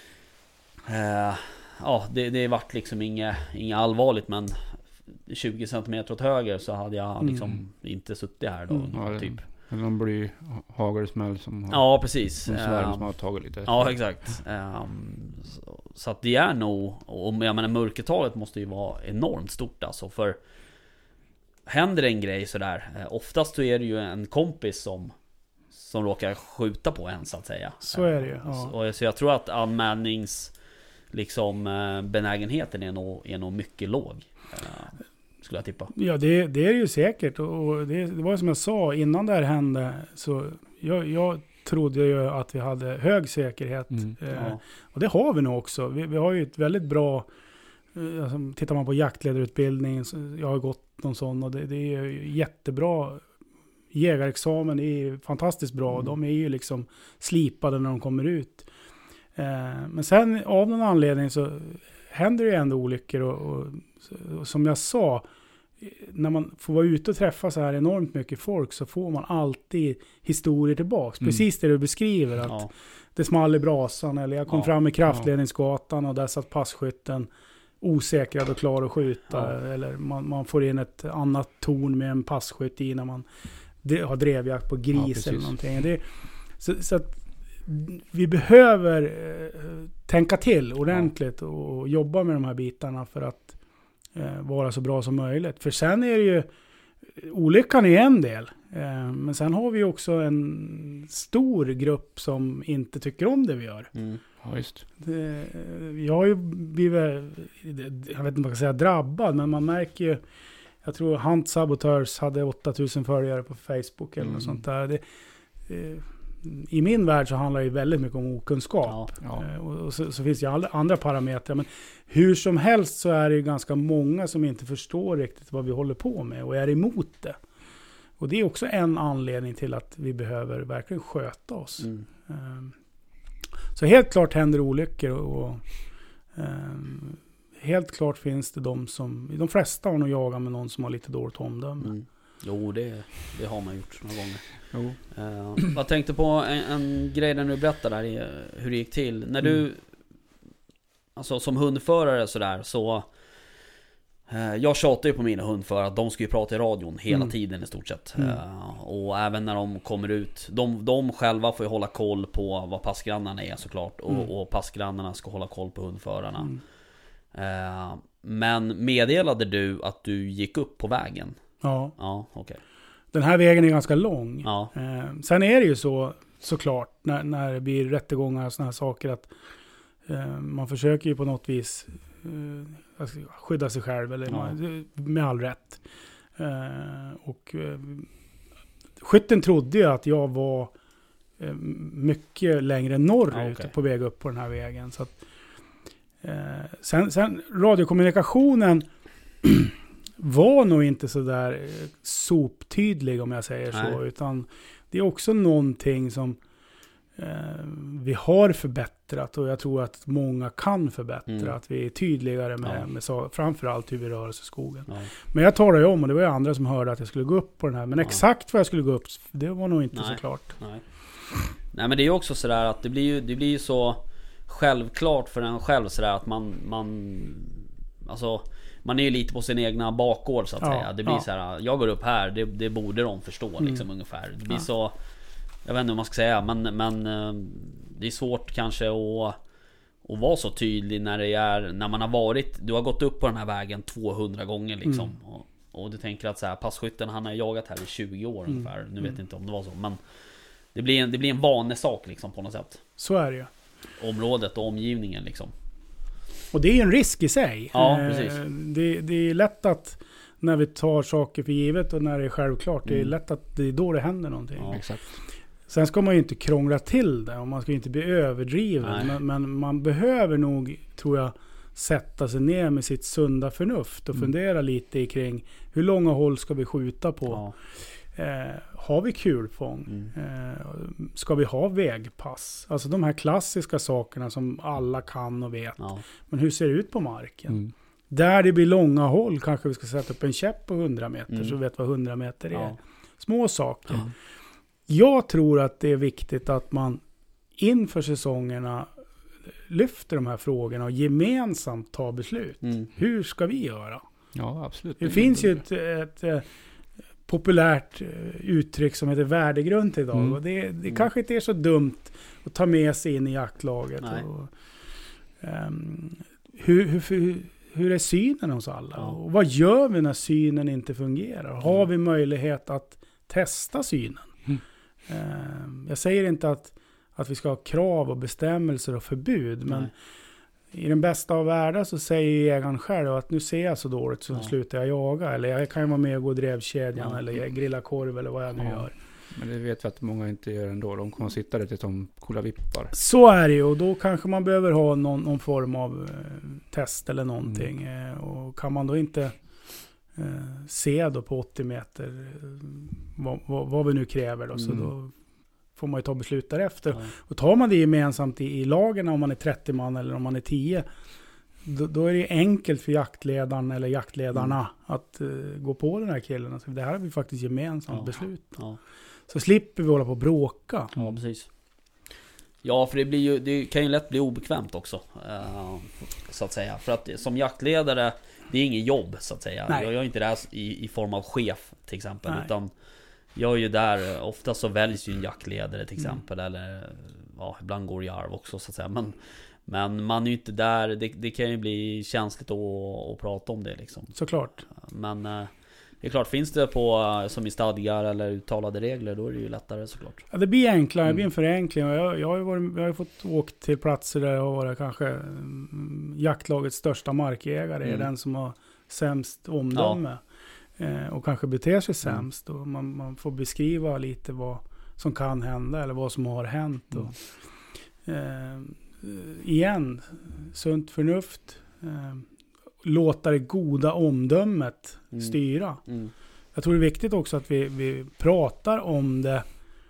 eh, ja, det, det vart liksom inget, inget allvarligt, men tjugo centimeter åt höger så hade jag liksom Mm. inte suttit här då, Mm. Ja, det- typ. Eller någon bly hagelsmäll som har, Ja, precis. som svärm Eh, som har tagit lite. Ja, exakt. Um, så, så att det är nog, och jag menar mörkertalet måste ju vara enormt stort alltså, för händer en grej sådär, eh, oftast så är det ju en kompis som som råkar skjuta på en så att säga. Så är det ju, ja. Så, och, så jag tror att anmälnings liksom eh, benägenheten är nog, är nog mycket låg. Eh, skulle jag tippa. Ja, det, det är det ju säkert. Och och det, det var som jag sa, innan det här hände, så jag, jag trodde ju att vi hade hög säkerhet. Mm. Eh, Ja. Och det har vi nog också. Vi, vi har ju ett väldigt bra, eh, alltså, tittar man på jaktledarutbildning, så jag har gått någon sån, och det, det är ju jättebra. Jägarexamen är fantastiskt bra. Mm. De är ju liksom slipade när de kommer ut. Eh, men sen av någon anledning så händer det ju ändå olyckor. Och, och, och som jag sa, när man får vara ute och träffa så här enormt mycket folk, så får man alltid historier tillbaks. Mm. Precis det du beskriver. Att Ja. det small i brasan, eller jag kom Ja. fram i kraftledningsgatan och där satt passkytten osäkrad och klar att skjuta. Ja. Eller man, man får in ett annat torn med en passkytt i när man de, har drevjakt på Ja, gris precis. eller någonting. Det, så, så att vi behöver eh, tänka till ordentligt och jobba med de här bitarna för att eh, vara så bra som möjligt. För sen är det ju, olyckan är en del. Eh, men sen har vi också en stor grupp som inte tycker om det vi gör. Mm. Ja, just. Det, jag har ju blivit, jag vet inte vad jag ska säga, drabbad, men man märker ju, jag tror Hunt Saboteurs hade åtta tusen följare på Facebook eller Mm. något sånt där. Det, eh, i min värld så handlar det väldigt mycket om okunskap. Ja. Ja. Eh, Och, och så, så finns det ju alla andra parametrar. Men hur som helst så är det ju ganska många som inte förstår riktigt vad vi håller på med och är emot det. Och det är också en anledning till att vi behöver verkligen sköta oss. Mm. Um, så helt klart händer olyckor och, och um, helt klart finns det de som, de flesta har nog jagat med någon som har lite dåligt omdöme. Mm. Jo, det, det har man gjort några gånger. Jo. Uh, jag tänkte på en, en grej när du berättade där, i, hur det gick till. När du, Mm. alltså som hundförare sådär, så uh, jag tjatar ju på mina hundförare att de ska ju prata i radion hela Mm. tiden i stort sett. Mm. Uh, och även när de kommer ut, de, de själva får ju hålla koll på vad passgrannarna är såklart. Och, Mm. och passgrannarna ska hålla koll på hundförarna. Mm. Uh, men meddelade du att du gick upp på vägen? Ja, Ja, okej. den här vägen är ganska lång. Ja. Eh, sen är det ju så, såklart, när, när det blir rättegångar och såna här saker, att eh, man försöker ju på något vis eh, skydda sig själv, eller Ja. man, med all rätt. Eh, och eh, skytten trodde ju att jag var eh, mycket längre norrut Ja, okej. på väg upp på den här vägen. Så att, eh, sen, sen radiokommunikationen var nog inte så där eh, soptydlig, om jag säger så, Nej. utan det är också någonting som eh, vi har förbättrat, och jag tror att många kan förbättra, Mm. att vi är tydligare med, Ja. med så, framförallt hur vi rör oss i skogen. Ja. Men jag talade ju om, och det var ju andra som hörde att jag skulle gå upp på den här, men Ja. exakt vad jag skulle gå upp, det var nog inte Nej. så klart. Nej. Nej, men det är ju också sådär att det blir ju, det blir ju så självklart för en själv sådär att man, man alltså man är ju lite på sin egna bakgård så att Ja, säga. Det blir ja. så här, jag går upp här, det, det borde de förstå liksom Mm. ungefär. Det blir Ja. så, jag vet inte vad man ska säga, men, men eh, det är svårt kanske att att vara så tydlig när det är, när man har varit, du har gått upp på den här vägen tvåhundra gånger liksom. Mm. Och, och du tänker att så här, passkytten, han har jagat här i tjugo år Mm. ungefär. Nu vet Mm. jag inte om det var så, men det blir en, det blir en vanesak liksom på något sätt. Så är det ju. Området och omgivningen liksom. Och det är ju en risk i sig. Ja, precis. Det, det är lätt att när vi tar saker för givet och när det är självklart, mm. det är lätt att det är då det händer någonting. Ja, exakt. Sen ska man ju inte krångla till det och man ska inte bli överdriven. Men, men man behöver nog, tror jag, sätta sig ner med sitt sunda förnuft och mm. fundera lite kring hur långa håll ska vi skjuta på. Ja. Eh, har vi kulfång? Mm. Eh, ska vi ha vägpass? Alltså de här klassiska sakerna som alla kan och vet. Ja. Men hur ser det ut på marken? Mm. Där det blir långa håll kanske vi ska sätta upp en käpp på hundra meter mm. så vi vet vad hundra meter är. Ja. Små saker. Ja. Jag tror att det är viktigt att man inför säsongerna lyfter de här frågorna och gemensamt tar beslut. Mm. Hur ska vi göra? Ja, absolut. Det, det finns ju ett, ett, ett populärt uttryck som heter värdegrund idag. Mm. Och det, det mm. kanske inte är så dumt att ta med sig in i jaktlaget. Och, um, hur, hur, hur är synen hos alla? Ja. Och vad gör vi när synen inte fungerar? Har vi möjlighet att testa synen? Mm. Um, jag säger inte att, att vi ska ha krav och bestämmelser och förbud. Men Nej. I den bästa av världar så säger jägaren själv att nu ser jag så dåligt så ja. slutar jag jaga. Eller jag kan ju vara med och gå drevkedjan ja. eller grilla korv eller vad jag nu ja. gör. Men det vet vi att många inte gör ändå. De kommer att sitta där tills de coola vippar. Så är det ju. Och då kanske man behöver ha någon, någon form av eh, test eller någonting. Mm. Eh, och kan man då inte eh, se då på åttio meter eh, vad, vad, vad vi nu kräver då. Mm. Så då får man ju ta beslut därefter. Ja. Och tar man det gemensamt i, i lagen om man är trettio man eller om man är tio. Då, då är det enkelt för jaktledaren eller jaktledarna mm. att uh, gå på den här killen. Alltså, det här har vi faktiskt gemensamt ja. beslut. Ja. Så slipper vi hålla på och bråka. Ja, precis. Ja, för det, blir ju, det kan ju lätt bli obekvämt också. Uh, så att säga. För att som jaktledare, det är ingen jobb så att säga. Nej. Jag gör inte det här i, i form av chef till exempel. Nej. Utan jag är ju där, ofta så väljs ju en jaktledare till exempel. Mm. Eller ja, ibland går det i arv också så att säga. Men, men man är ju inte där, det, det kan ju bli känsligt att, att prata om det liksom. Såklart. Men det är klart, finns det på som i stadgar eller uttalade regler, då är det ju lättare såklart. Ja, det blir enklare, mm. det blir en förenkling. Jag, jag, har ju varit, jag har ju fått åka till platser där jag har varit kanske mm, jaktlagets största markägare. Mm. Är den som har sämst omdöme. Ja. Och kanske beter sig sämst. Mm. Och man, man får beskriva lite vad som kan hända eller vad som har hänt. Mm. Och, eh, igen, sunt förnuft. Eh, låta det goda omdömet mm. styra. Mm. Jag tror det är viktigt också att vi, vi pratar om det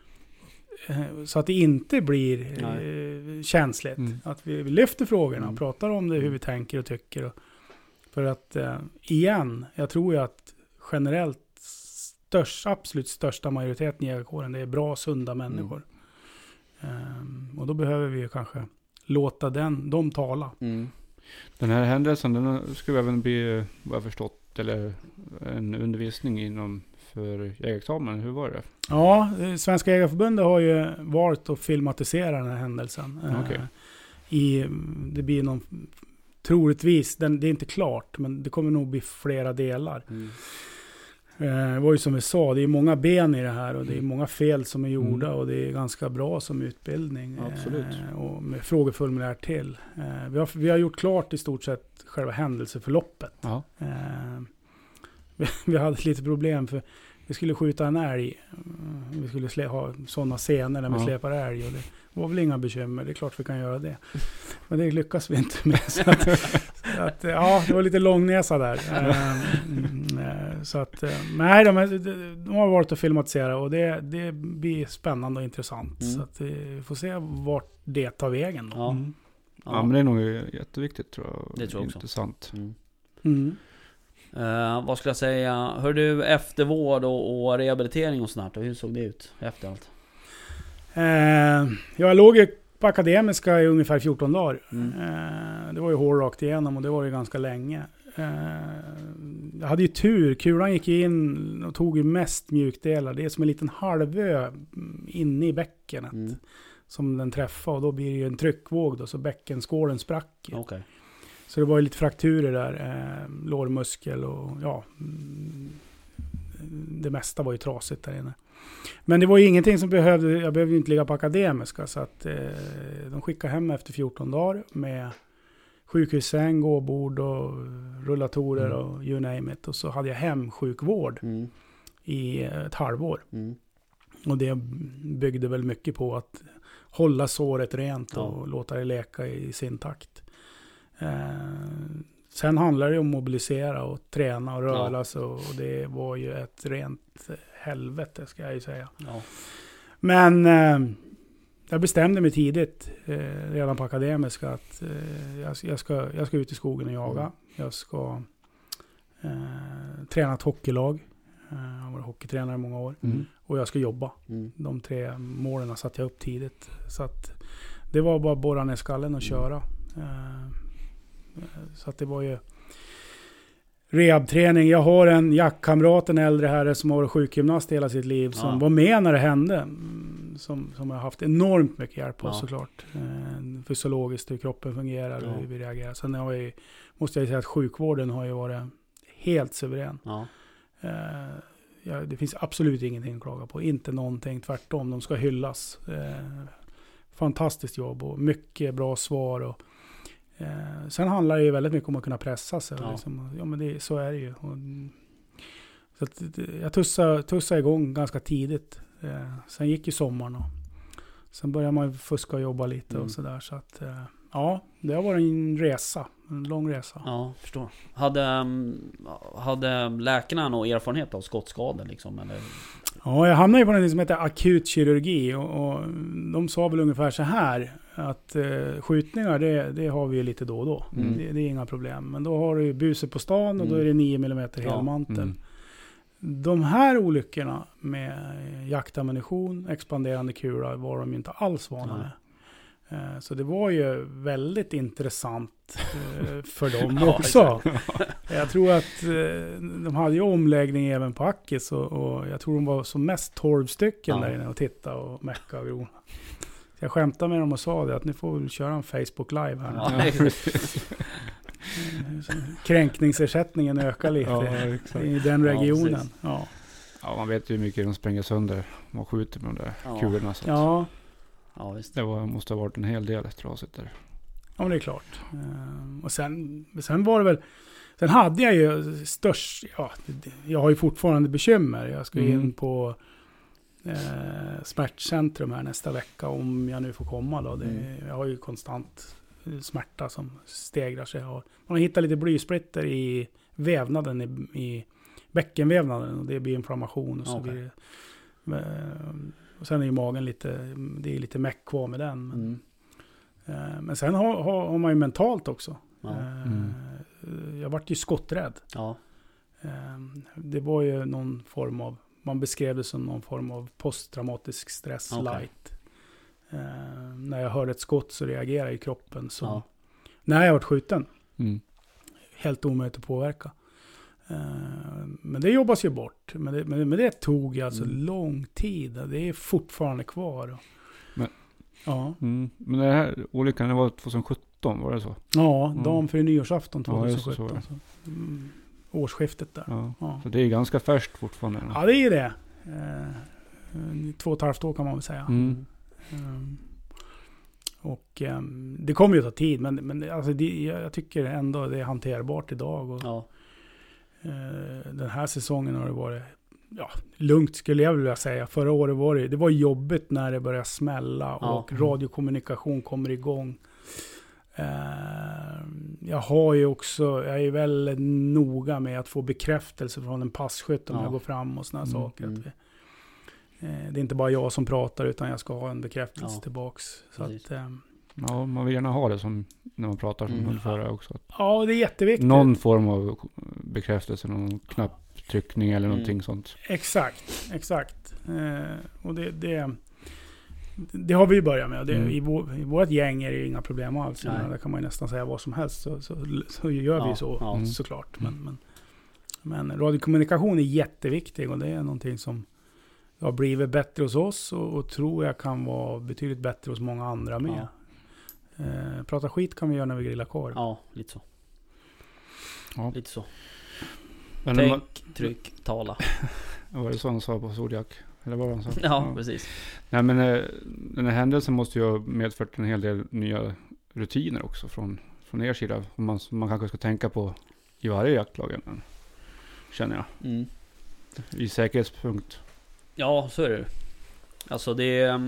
eh, så att det inte blir eh, känsligt. Mm. Att vi, vi lyfter frågorna och mm. pratar om det, hur vi tänker och tycker. Och, för att eh, igen, jag tror ju att generellt störst, absolut största majoriteten i jägarkåren, det är bra, sunda människor. Mm. Um, och då behöver vi ju kanske låta den, dem tala. Mm. Den här händelsen, den skulle även bli, vad jag förstått, eller en undervisning inom för jägarexamen. Hur var det? Ja, Svenska jägarförbundet har ju valt att filmatisera den här händelsen. Okay. Uh, i, det blir någon, troligtvis, den, det är inte klart, men det kommer nog bli flera delar. Mm. Det var ju som vi sa, det är många ben i det här och det är många fel som är gjorda mm. och det är ganska bra som utbildning. Absolut. Och med frågeformulär till. Vi har, vi har gjort klart i stort sett själva händelseförloppet. Ja. Vi, vi hade lite problem för vi skulle skjuta en älg. Vi skulle slä, ha sådana scener där vi ja. släpar älg och det var väl inga bekymmer, det är klart vi kan göra det. Men det lyckas vi inte med. Så att, så att, ja, det var lite långnäsa där. Så att, nej, de, de har varit att filmatisera och det, det blir spännande och intressant. Mm. Så att vi får se vart det tar vägen. Då. Ja. Mm. Ja. Ja, men det är nog jätteviktigt tror jag. Det tror jag också. Intressant. Mm. Mm. Uh, vad skulle jag säga? Hör du eftervård och, och rehabilitering och sånt här, hur såg det ut efter allt? Uh, jag låg ju på akademiska i ungefär fjorton dagar. Mm. Uh, det var ju hård rakt igenom och det var ju ganska länge. Uh, jag hade ju tur. Kulan gick in och tog ju mest mjukdelar. Det är som en liten halvö inne i bäckenet mm. som den träffade och då blir det ju en tryckvåg då, så bäckenskålen sprack. Okay. Så det var ju lite frakturer där, eh, lårmuskel och ja, det mesta var ju trasigt där inne. Men det var ju ingenting som behövde, jag behövde inte ligga på akademiska så att eh, de skickade hem efter fjorton dagar med sjukhussäng, gåbord och rullatorer Mm. och you name it. Och så hade jag hemsjukvård Mm. i ett halvår. Mm. Och det byggde väl mycket på att hålla såret rent Ja. och låta det leka i sin takt. Eh, sen handlar det om att mobilisera och träna och röra sig. Och det var ju ett rent helvete, ska jag ju säga. Ja. Men eh, jag bestämde mig tidigt, eh, redan på akademiska, att eh, jag, jag, ska, jag ska ut i skogen och jaga. Mm. Jag ska eh, träna ett hockeylag. Eh, jag har varit hockeytränare i många år. Mm. Och jag ska jobba. Mm. De tre målen satte jag upp tidigt. Så att det var bara borra ner skallen och Mm. köra. Eh, så att det var ju rehabträning. Jag har en jackkamrat, en äldre herre som har varit sjukgymnast hela sitt liv. Som Ja. var med när det hände. Mm, Som, som har haft enormt mycket hjälp av Ja. såklart. Eh, fysiologiskt, hur kroppen fungerar och Ja. hur vi reagerar. Sen har jag, måste jag säga att sjukvården har ju varit helt suverän. Ja. Eh, ja, det finns absolut ingenting att klaga på. Inte någonting, tvärtom. De ska hyllas. Eh, fantastiskt jobb och mycket bra svar. Och, eh, sen handlar det ju väldigt mycket om att kunna pressa sig. Ja. Ja. Liksom, ja, men det, så är det ju. Och, så att, det- jag tussade, tussade igång ganska tidigt. Eh, sen gick ju sommaren och sen började man ju fuska och jobba lite Mm. och sådär. Så att, eh, ja, det har varit en resa. En lång resa. Ja, förstår. Hade, um, hade läkarna någon erfarenhet av skottskador liksom? Eller? Ja, jag hamnade ju på något som heter akutkirurgi och, och de sa väl ungefär så här att eh, skjutningar det, det har vi ju lite då och då. Mm. Det, det är inga problem. Men då har du ju buse på stan och då är det nio millimeter Ja. helmantel. Mm. De här olyckorna med jaktammunition, expanderande kula var de ju inte alls vana Nej. med. Eh, Så det var ju väldigt intressant eh, för dem Ja, också. Jag tror att eh, de hade ju omläggning även på Ackis och, och jag tror de var som mest tolv stycken Ja. där inne och titta och mecka och grona. Så jag skämtade med dem och sa det att ni får väl köra en Facebook live här. Ja, Så kränkningsersättningen ökar lite Ja, exakt. i den Ja, regionen. precis. Ja, Ja, man vet ju hur mycket de spränger sönder. Man skjuter med de där Ja. kulorna. Så att ja. ja visst. det var, måste ha varit en hel del trasigt där. Ja, men det är klart. Ehm, och sen, sen var det väl... Sen hade jag ju störst... Ja, det- jag har ju fortfarande bekymmer. Jag ska Mm. in på eh, smärtcentrum här nästa vecka om jag nu får komma då. Det, Mm. Jag har ju konstant eh, smärta som stegrar sig. Jag har- Man har hittat lite blysplitter i vävnaden, i, i bäckenvävnaden och det blir inflammation och så Okej. blir det, eh, och sen är ju magen lite... Det är lite meck kvar med den. Men, Mm. Eh, Men sen har, har, har man ju mentalt också. Ja. Eh, Mm. Jag vart ju skotträdd. Ja. Eh, Det var ju någon form av, man beskrev det som någon form av posttraumatisk stress Okej. light. Eh, När jag hörde ett skott så reagerade ju kroppen som Ja. när jag varit skjuten. Mm. Helt omöjligt att påverka. Eh, Men det jobbas ju bort. Men det, men det, men det tog ju alltså Mm. lång tid. Det är fortfarande kvar. Men- Ja, Mm. Men det här olyckan det var tjugohundrasjutton, var det så? ja Mm. dagen för nyårsafton Ja, just det, så tjugohundrasjutton. var så, mm, årsskiftet där. Ja. Ja. Så det är ganska färskt fortfarande. Ja, det är ju det. Eh, två och ett halvt år kan man väl säga. Mm. Mm. Och ehm, det kommer ju ta tid, men, men alltså det, jag jag tycker ändå det är hanterbart idag. Och, Ja. eh, den här säsongen har det varit ja, lugnt skulle jag vilja säga. Förra året var det, det var jobbigt när det började smälla Ja. och radiokommunikation kommer igång. Eh, jag har ju också, jag är väldigt noga med att få bekräftelse från en passkytt om Ja. jag går fram och sådana Mm, saker. Att mm. vi, eh, det är inte bara jag som pratar utan jag ska ha en bekräftelse Ja. tillbaks. Så Precis. att, eh, Ja, man vill gärna ha det som när man pratar som Mm. hundförare också. Att ja, det är jätteviktigt. någon form av bekräftelse, någon knapptryckning eller Mm. någonting sånt. Exakt, exakt. Eh, och det, det, det har vi ju börjat med. Det, Mm. i, vår, I vårt gäng är det ju inga problem alls. Nej. Där kan man ju nästan säga vad som helst. Så, så, så gör vi Ja, ju så ja. Mm. såklart. Men, men, men radiokommunikation är jätteviktig och det är någonting som har blivit bättre hos oss och, och tror jag kan vara betydligt bättre hos många andra med. Eh, prata skit kan vi göra när vi grillar korv. Ja, lite så. Ja. Lite så. Men när man, Tänk, tryck, tala. var det så han sa på Zodiac? Eller vad han sa? Ja, precis. Nej, men eh, den här händelsen måste ju ha medfört en hel del nya rutiner också från från er sida man, man kanske ska tänka på i varje jaktlag, känner jag. Mm. I säkerhetspunkt. Ja, så är det. Alltså det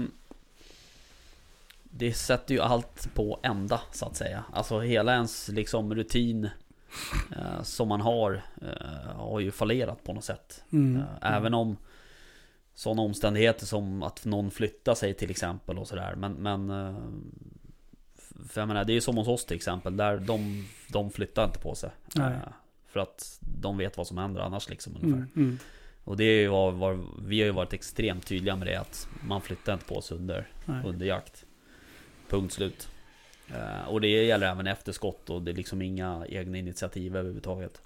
det sätter ju allt på ända, så att säga. Alltså hela ens liksom rutin eh, som man har eh, har ju fallerat på något sätt. Mm. Eh, även om sådana omständigheter som att någon flyttar sig till exempel och sådär. Men, men eh, för jag menar, det är ju som hos oss till exempel. Där de, de flyttar inte på sig. Eh, för att de vet vad som händer annars liksom ungefär. Mm. Mm. Och det är ju var, var, vi har ju varit extremt tydliga med det, att man flyttar inte på sig under, under jakt. Punkt slut. Uh, och det gäller även efter skott, och det är liksom inga egna initiativ överhuvudtaget.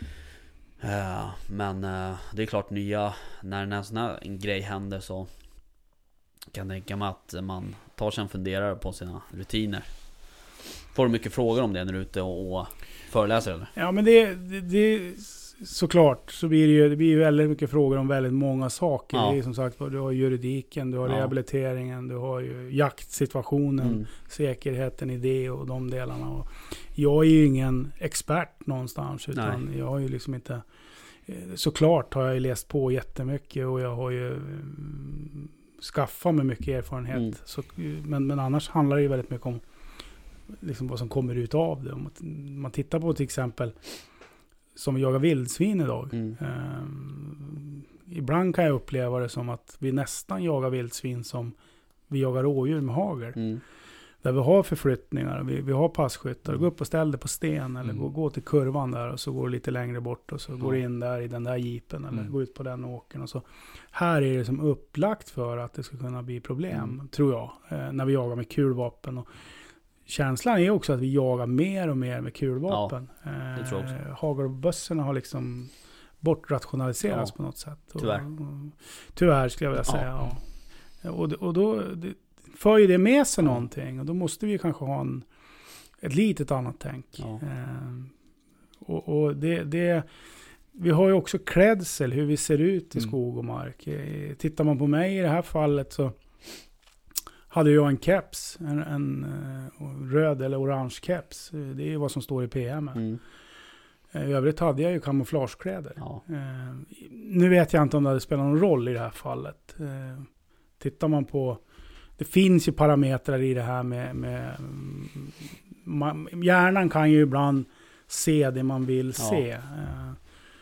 Uh, men uh, det är klart, nya när en sån här grej händer så kan jag tänka mig att man tar sig en funderare på sina rutiner. Får du mycket frågor om det när du är ute och, och föreläser eller? Ja, men det, det, det såklart så blir det ju, det blir ju väldigt mycket frågor om väldigt många saker. Ja. Det är som sagt, du har juridiken, du har ja. rehabiliteringen, du har ju jaktsituationen, mm. säkerheten i det och de delarna. Och jag är ju ingen expert någonstans, utan Nej. jag har ju liksom inte, såklart har jag ju läst på jättemycket och jag har ju skaffat mig mycket erfarenhet. Mm. Så, men, men annars handlar det ju väldigt mycket om liksom vad som kommer ut av det. Om man tittar på till exempel som vi jagar vildsvin idag. Mm. Um, ibland kan jag uppleva det som att vi nästan jagar vildsvin som vi jagar rådjur med hagel. Mm. Där vi har förflyttningar, vi, vi har passkyttar. Mm. Gå upp och ställ det på sten eller mm. gå, gå till kurvan där och så går det lite längre bort och så mm. går det in där i den där jeepen eller mm. gå ut på den åkern. Och så. Här är det som upplagt för att det ska kunna bli problem, mm. tror jag, eh, när vi jagar med kulvapen. Och känslan är också att vi jagar mer och mer med kulvapen. Ja, det tror jag också. Hagelbössorna har liksom bortrationaliserats ja. på något sätt. Och, tyvärr. Och, tyvärr skulle jag vilja säga. Ja. Och, och då det, för ju det med sig ja. någonting. Och då måste vi kanske ha en, ett litet annat tänk. Ja. Eh, och och det, det, vi har ju också klädsel, hur vi ser ut i mm. skog och mark. Eh, tittar man på mig i det här fallet så hade jag en keps, en, en uh, röd eller orange keps. Det är vad som står i P M. Mm. I övrigt hade jag ju kamouflagekläder. Ja. Uh, nu vet jag inte om det hade spelat någon roll i det här fallet. Uh, tittar man på, det finns ju parametrar i det här med, med man, hjärnan kan ju ibland se det man vill ja. se. Uh,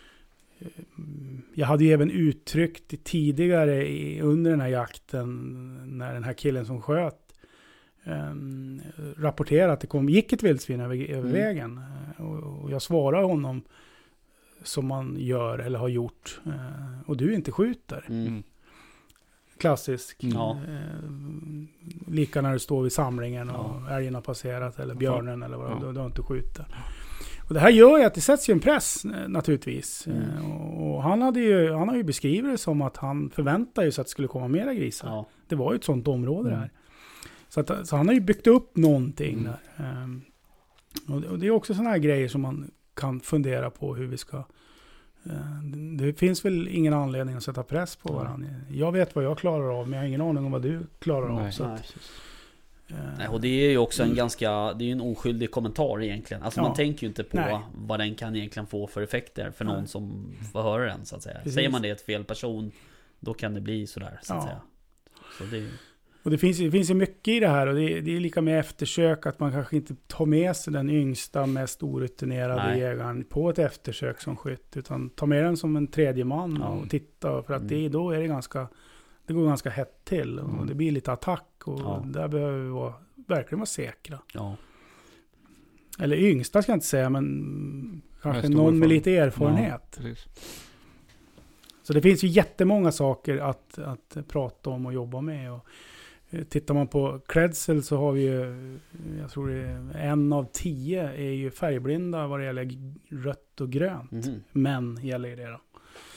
Jag hade ju även uttryckt tidigare i, under den här jakten när den här killen som sköt um, rapporterade att det kom, gick ett vildsvin över, över mm. vägen. Och, och jag svarade honom som man gör eller har gjort. Uh, och du inte skjuter. Mm. Klassisk. Mm. Uh, lika när du står vid samlingen och ja. älgen har passerat eller björnen eller vad, ja. du, du har inte skjutit. Och det här gör ju att det sätts ju en press naturligtvis. Mm. Och han, hade ju, han har ju beskrivit det som att han förväntade sig att det skulle komma mera grisar. Ja. Det var ju ett sånt område mm. där. Så, att, så han har ju byggt upp någonting mm. där. Um, och, det, och det är också såna här grejer som man kan fundera på hur vi ska... Uh, det, det finns väl ingen anledning att sätta press på mm. varandra. Jag vet vad jag klarar av, men jag har ingen aning om vad du klarar Nej. av. Så Nej. att, Nej, och det är ju också en ganska, det är ju en oskyldig kommentar egentligen. Alltså ja. man tänker ju inte på Nej. vad den kan egentligen få för effekter för någon Nej. som får höra den, så att säga. Precis. Säger man det är ett fel person, då kan det bli sådär, så att ja. säga. Så det är... Och det finns, det finns ju mycket i det här, och det är, det är lika med eftersök, att man kanske inte tar med sig den yngsta, mest orutinerade Nej. jägaren på ett eftersök som skytt, utan tar med den som en tredje man ja. och tittar, för att mm. det, då är det ganska, det går ganska hett till och mm. det blir lite attack. Och ja. där behöver vi vara, verkligen vara säkra. Ja. Eller yngsta ska jag inte säga, men kanske någon med lite erfarenhet. Ja, så det finns ju jättemånga saker att, att prata om och jobba med. Och tittar man på klädsel så har vi ju, jag tror det är en av tio är ju färgblinda vad det gäller rött och grönt. Mm. Men gäller det då.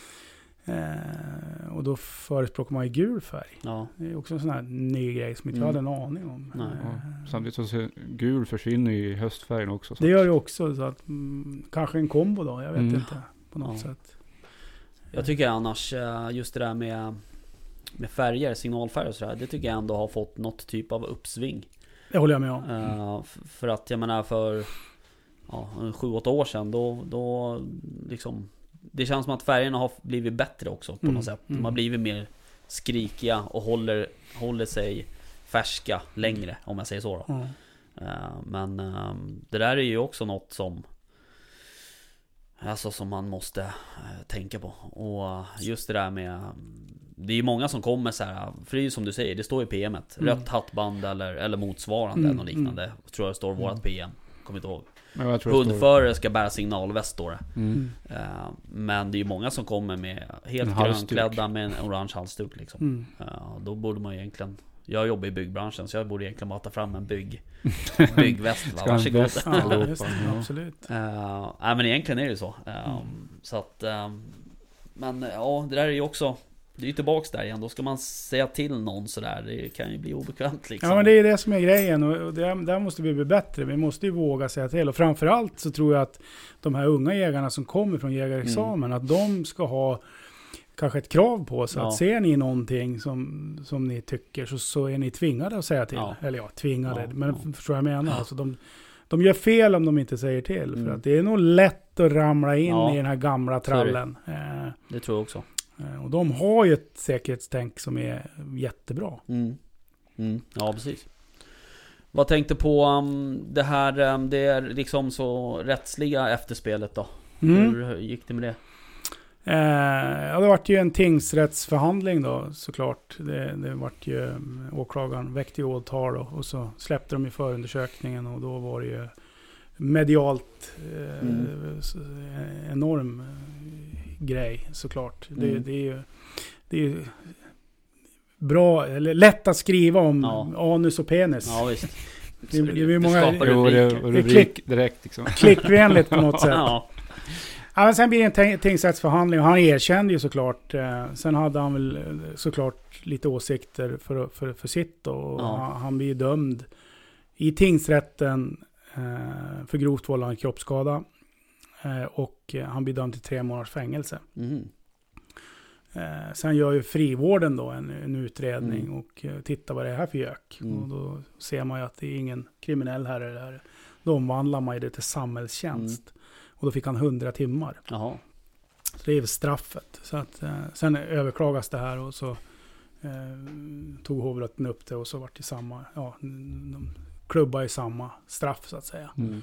Eh, och då förespråkar man ju gul färg. Ja. Det är också en sån här ny grej som inte mm. jag hade en aning om. Nej. Ja. Samtidigt så ser gul försvinner i höstfärgen också. Så. Det gör det också. Så att, mm, kanske en kombo då, jag vet mm. inte. På något ja. sätt. Jag tycker annars, just det där med, med färger, signalfärger och sådär, det tycker jag ändå har fått något typ av uppsving. Det håller jag med om. Uh, f- för att jag menar för ja, sju åtta år sedan då, då liksom, det känns som att färgerna har blivit bättre också på Mm, något sätt. mm. De har blivit mer skrikiga och håller, håller sig färska längre, om jag säger så då. Ja. Uh, men uh, det där är ju också något som alltså som man måste uh, tänka på. Och uh, just det där med det är ju många som kommer så här, för det är ju som du säger, det står i P M:et, Mm. rött hattband eller, eller motsvarande Mm, eller något liknande. mm. Tror jag det står vårat P M. Kommer inte ihåg. Men jag tror det står- Hundförare ska bära signalväst, står det. Mm. Uh, men det är ju många som kommer med helt En halsduk. grönklädda med en orange halsduk liksom. Mm. Uh, då borde man ju egentligen, jag jobbar i byggbranschen så jag borde egentligen bara ta fram en bygg byggväst, va? Ska ha en Varsågod. väst. Ja, Allihopa, just det, ja. absolut. Uh, nej men egentligen är det ju så. Uh, Mm. Så att um, men ja, det där är ju också, det är ju tillbaks där igen. Då ska man säga till någon sådär. Det kan ju bli obekvämt liksom. Ja, men det är det som är grejen, och och det, där måste vi bli bättre. Vi måste ju våga säga till, och framförallt så tror jag att de här unga jägarna som kommer från jägarexamen, att de ska ha kanske ett krav på sig, Ja. att ser ni någonting som, som ni tycker, så, så är ni tvingade att säga till. Ja. Eller ja, tvingade, Ja, men ja. förstår jag menar. Alltså de, de gör fel om de inte säger till, Mm. för att det är nog lätt att ramla in Ja. i den här gamla Så är det. trallen. Eh, Det tror jag också. eh, och de har ju ett säkerhetstänk som är jättebra. Mm. Mm. Ja, precis. Vad tänkte på um, det här, um, det är liksom så rättsliga efterspelet då? Mm. Hur gick det med det? Eh, ja, det vart ju en tingsrättsförhandling då, såklart. Det, det vart ju, um, åklagaren väckte ju åtal då, och så släppte de ju förundersökningen, och då var det ju medialt eh, Mm. så, eh, enorm eh, grej, såklart. Det, Mm. det är ju det är ju bra, eller lätt att skriva om Ja. anus och penis. Ja, visst. Det- det är ju många- skapar Jo, det rubriker. är Det är rubrik direkt liksom. Klickvänligt på något sätt. Ja. Ja, men sen blir det en ting- tingsrättsförhandling, och han erkände ju såklart. Eh, sen hade han väl eh, såklart lite åsikter för, för, för sitt då, och Ja. han, han blir ju dömd i tingsrätten eh, för grovt vållande kroppsskada. Eh, och eh, han blir dömd till tre månaders fängelse. Mm. Eh, sen gör ju frivården då en, en utredning Mm. och eh, tittar vad det är här för gök. Mm. Och då ser man ju att det är ingen kriminell här eller där. Då omvandlar man ju det till samhällstjänst. Mm. Och då fick han hundra timmar. Jaha. Så det är väl straffet. Så att, eh, sen överklagas det här, och så eh, tog hovrätten upp det, och så vart det samma, ja, de klubbar i samma straff så att säga. Mm.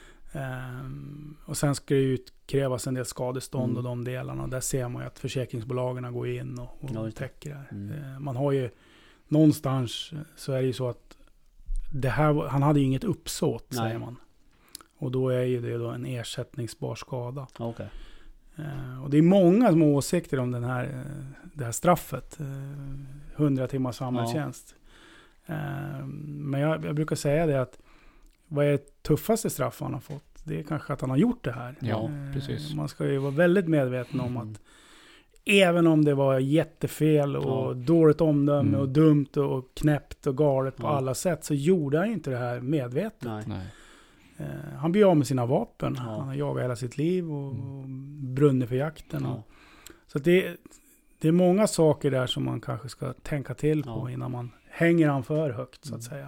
Eh, och sen ska det utkrävas en del skadestånd Mm. och de delarna. Och där ser man ju att försäkringsbolagen går in och, och Ja, just det. täcker det här. Mm. Eh, man har ju någonstans, så är det ju så att det här, var- han hade ju inget uppsåt, Nej. säger man. Och då är ju det då en ersättningsbar skada. Ja, okej. Eh, och det är många som har åsikter om den här, eh, det här straffet. Eh, hundra timmars samhällstjänst. Eh, men jag, jag brukar säga det att vad är det tuffaste straff han har fått? Det är kanske att han har gjort det här. Ja, Eh, precis. Man ska ju vara väldigt medveten om Mm. att även om det var jättefel och Ja. dåligt omdöme Mm. och dumt och knäppt och galet på Ja. alla sätt, så gjorde han inte det här medvetet. Nej. Nej. Eh, han blir av med sina vapen. Ja. Han har jagat hela sitt liv och, Mm. och brunnit för jakten. Och, Ja. så att det, det är många saker där som man kanske ska tänka till på Ja. innan man hänger han för högt, så Mm. att säga.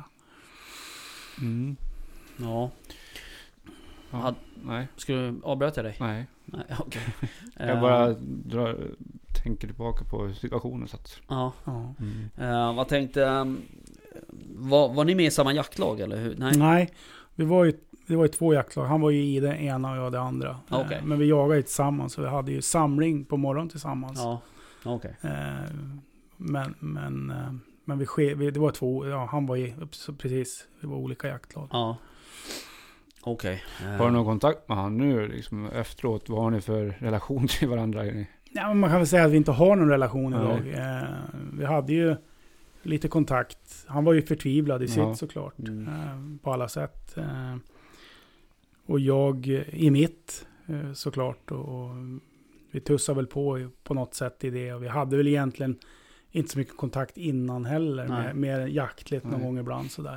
Mm. Ja. Ja. Had- Nej. Ska du avbryta dig? Nej. Nej, okej. Jag Eh, bara drar, tänker tillbaka på situationen så att... Ja. Ja. Eh, vad tänkte... um, var, var ni med i samma jaktlag eller hur? Nej. Nej, vi var ju, det var ju två jaktlag. Han var ju i det ena och jag det andra. Ja, okej. Eh, men vi jagade ju tillsammans, så vi hade ju samling på morgonen tillsammans. Ja. Okej. Eh, men men, eh, men vi, ske, vi det var två, ja, han var i, så precis, det var olika jaktlag. Ja. Okej. Eh, Har du någon kontakt med han nu liksom efteråt? Vad har ni för relation till varandra? Ja, men man kan väl säga att vi inte har någon relation Nej. idag. Eh, vi hade ju lite kontakt. Han var ju förtvivlad i Ja. sitt såklart. Mm. Eh, på alla sätt. Eh, och jag i mitt eh, såklart. Och, och vi tussade väl på i- på något sätt i det. Och vi hade väl egentligen inte så mycket kontakt innan heller. Nej. Med, mer jaktligt någon Nej. gång ibland sådär.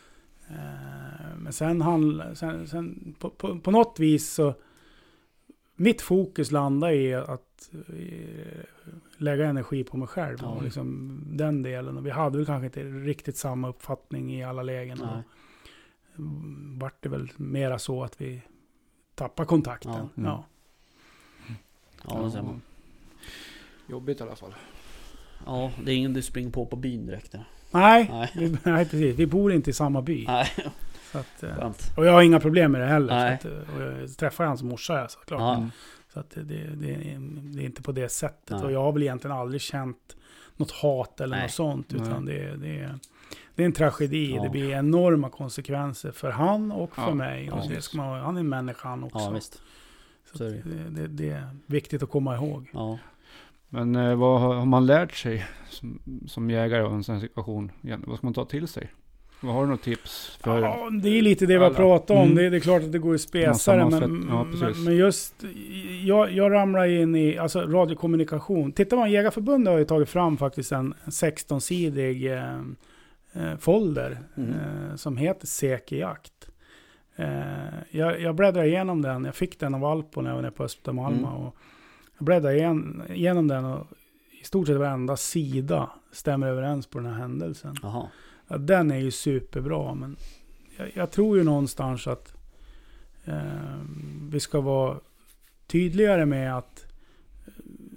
Eh, men sen han, sen, sen på, på, på något vis så mitt fokus landar i att eh, lägga energi på mig själv. Ja. Och liksom den delen. Och vi hade väl kanske inte riktigt samma uppfattning i alla lägen. Nej. Och vart det väl mera så att vi tappar kontakten. Ja. Ja. Mm. Ja, det ser man. Jobbigt i alla fall. Ja, det är ingen du springer på på byn direkt. Där. Nej, Nej. vi, nej, precis. Vi bor inte i samma by. Nej, Så att, eh, skönt. och jag har inga problem med det heller. Nej. Så att, eh, och jag träffar hans morsa såklart. Ja. Mm. Så att det, det, det, det är inte på det sättet. Nej. Och jag har väl egentligen aldrig känt något hat eller Nej. något sånt. Utan Nej. det, det, är, det är en tragedi. Ja. Det blir enorma konsekvenser för han och för Ja, mig. Och det precis. ska man, han är en människa han också. Ja, visst. Så Så är att det. det, det, det är viktigt att komma ihåg. Ja. Men eh, vad har har man lärt sig som, som jägare av en sån här situation? Igen, vad ska man ta till sig? Vad har du några tips för? Ja, det är lite det vi har alla? pratat om. Mm. Det, är, det är klart att det går att spesa det. Massa, Men, massa- ja, precis. men, men just, jag, jag ramlar in i alltså, radiokommunikation. Tittar man, Jägarförbundet har ju tagit fram faktiskt en sexton-sidig eh, eh, folder Mm. eh, som heter Säker jakt. Eh, jag, jag bläddrar igenom den. Jag fick den av Alpo när jag var nere på Östermalma. Mm. Och jag bläddrar igen, igenom den och i stort sett varenda sida stämmer överens på den här händelsen. Jaha. Ja, den är ju superbra, men jag, jag tror ju någonstans att eh, vi ska vara tydligare med att eh,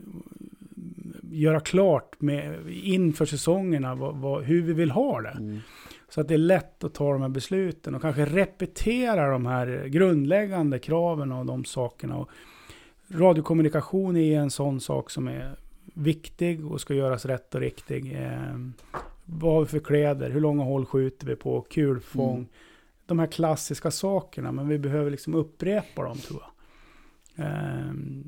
göra klart med, inför säsongerna vad, vad, hur vi vill ha det. Mm. Så att det är lätt att ta de här besluten och kanske repetera de här grundläggande kraven och de sakerna. Och radiokommunikation är en sån sak som är viktig och ska göras rätt och riktig. Eh, vad har vi för kläder? Hur långa håll skjuter vi på? Kulfång? Mm. De här klassiska sakerna, men vi behöver liksom upprepa dem, tror jag. Eh,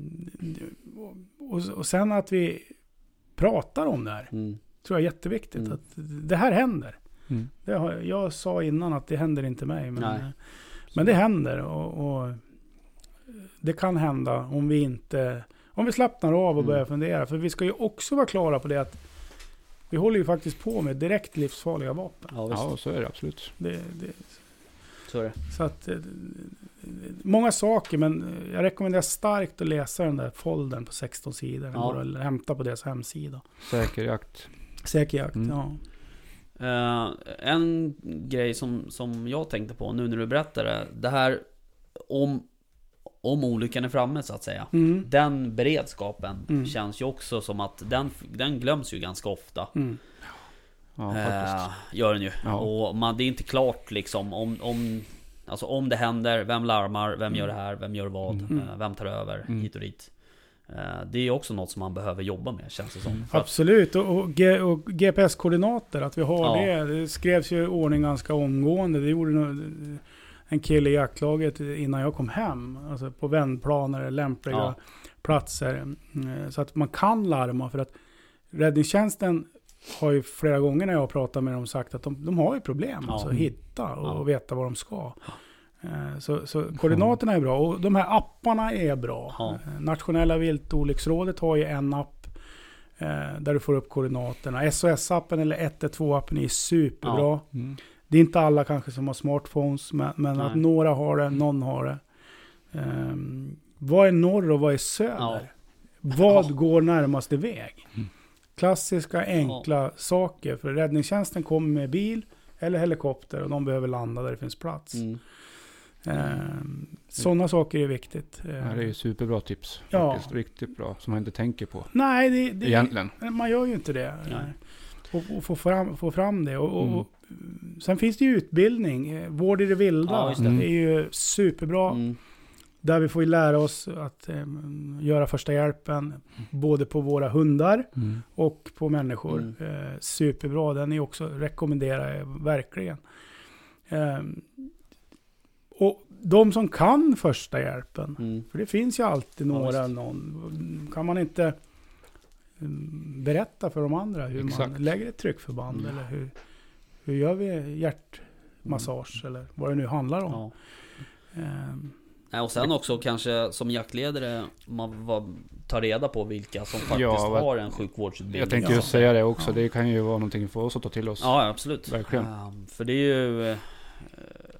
och, och sen att vi pratar om det här, Mm. tror jag är jätteviktigt. Mm. Att det här händer. Mm. Det har, jag sa innan att det händer inte mig, men, Nej. eh, men det händer. Och, och det kan hända om vi inte om vi slappnar av och Mm. börjar fundera. För vi ska ju också vara klara på det att vi håller ju faktiskt på med direkt livsfarliga vapen. Ja, visst. Ja, så är det absolut. Det, det, Så är det. så att eh, många saker, men jag rekommenderar starkt att läsa den där foldern på sexton sidor. Ja. Ja. Eller hämta på deras hemsida. Säker jakt. Säker jakt, Mm. ja. Eh, en grej som, som jag tänkte på nu när du berättade det här om, om olyckan är framme så att säga. Mm. Den beredskapen Mm. känns ju också som att den, den glöms ju ganska ofta. Mm. Ja, faktiskt. Eh, gör den ju. Ja. Och man, det är inte klart liksom om, om, alltså om det händer, vem larmar, vem gör det här, vem gör vad, Mm. eh, vem tar över, Mm. hit och dit. Eh, det är också något som man behöver jobba med, känns det som. För att- Absolut, och, och, G, och G P S-koordinater, att vi har Ja. det. Det skrevs ju i ordning ganska omgående. Det gjorde nog en kille i jaktlaget innan jag kom hem. Alltså på vändplaner, lämpliga Ja. platser. Mm, Så att man kan larma, för att räddningstjänsten har ju flera gånger när jag har pratat med dem sagt att de, de har ju problem Ja. alltså, att hitta och Ja. veta var de ska. Eh, Så, så koordinaterna är bra, och de här apparna är bra. Ja. Eh, Nationella viltolycksrådet har ju en app eh, där du får upp koordinaterna. S O S-appen eller ett ett två-appen är superbra. Ja. Mm. Det är inte alla kanske som har smartphones, men, men att Nej. några har det, någon har det. Um, vad är norr och vad är söder? Ja. Vad Ja. går närmaste väg? Mm. Klassiska enkla saker. För räddningstjänsten kommer med bil eller helikopter och de behöver landa där det finns plats. Mm. Um, sådana saker är viktigt. Det här är ju superbra tips. Ja. Faktiskt. Riktigt bra. Som man inte tänker på. Nej, det, det, Egentligen. man gör ju inte det. Nej. Och, och få, fram, få fram det. Och, och, Mm. och, sen finns det ju utbildning. Eh, Vård i det vilda. Ja, just det. det är ju superbra. Mm. Där vi får ju lära oss att eh, göra första hjälpen. Både på våra hundar Mm. och på människor. Mm. Eh, superbra. Den är också rekommenderar jag verkligen. Eh, och de som kan första hjälpen. Mm. För det finns ju alltid Ja, några, visst. någon. Kan man inte mm, berätta för de andra hur Exakt. man lägger ett tryckförband? Mm. Eller hur, hur gör vi hjärtmassage? Eller vad det nu handlar om. Ja. Ehm, Nej, och sen också kanske som jaktledare man var, tar reda på vilka som faktiskt Ja, vad- har en sjukvårdsutbildning. Jag tänkte Ja. just säga det också. Ja. Det kan ju vara någonting för oss att ta till oss. Ja, absolut. Verkligen. Um, för det är ju... eh,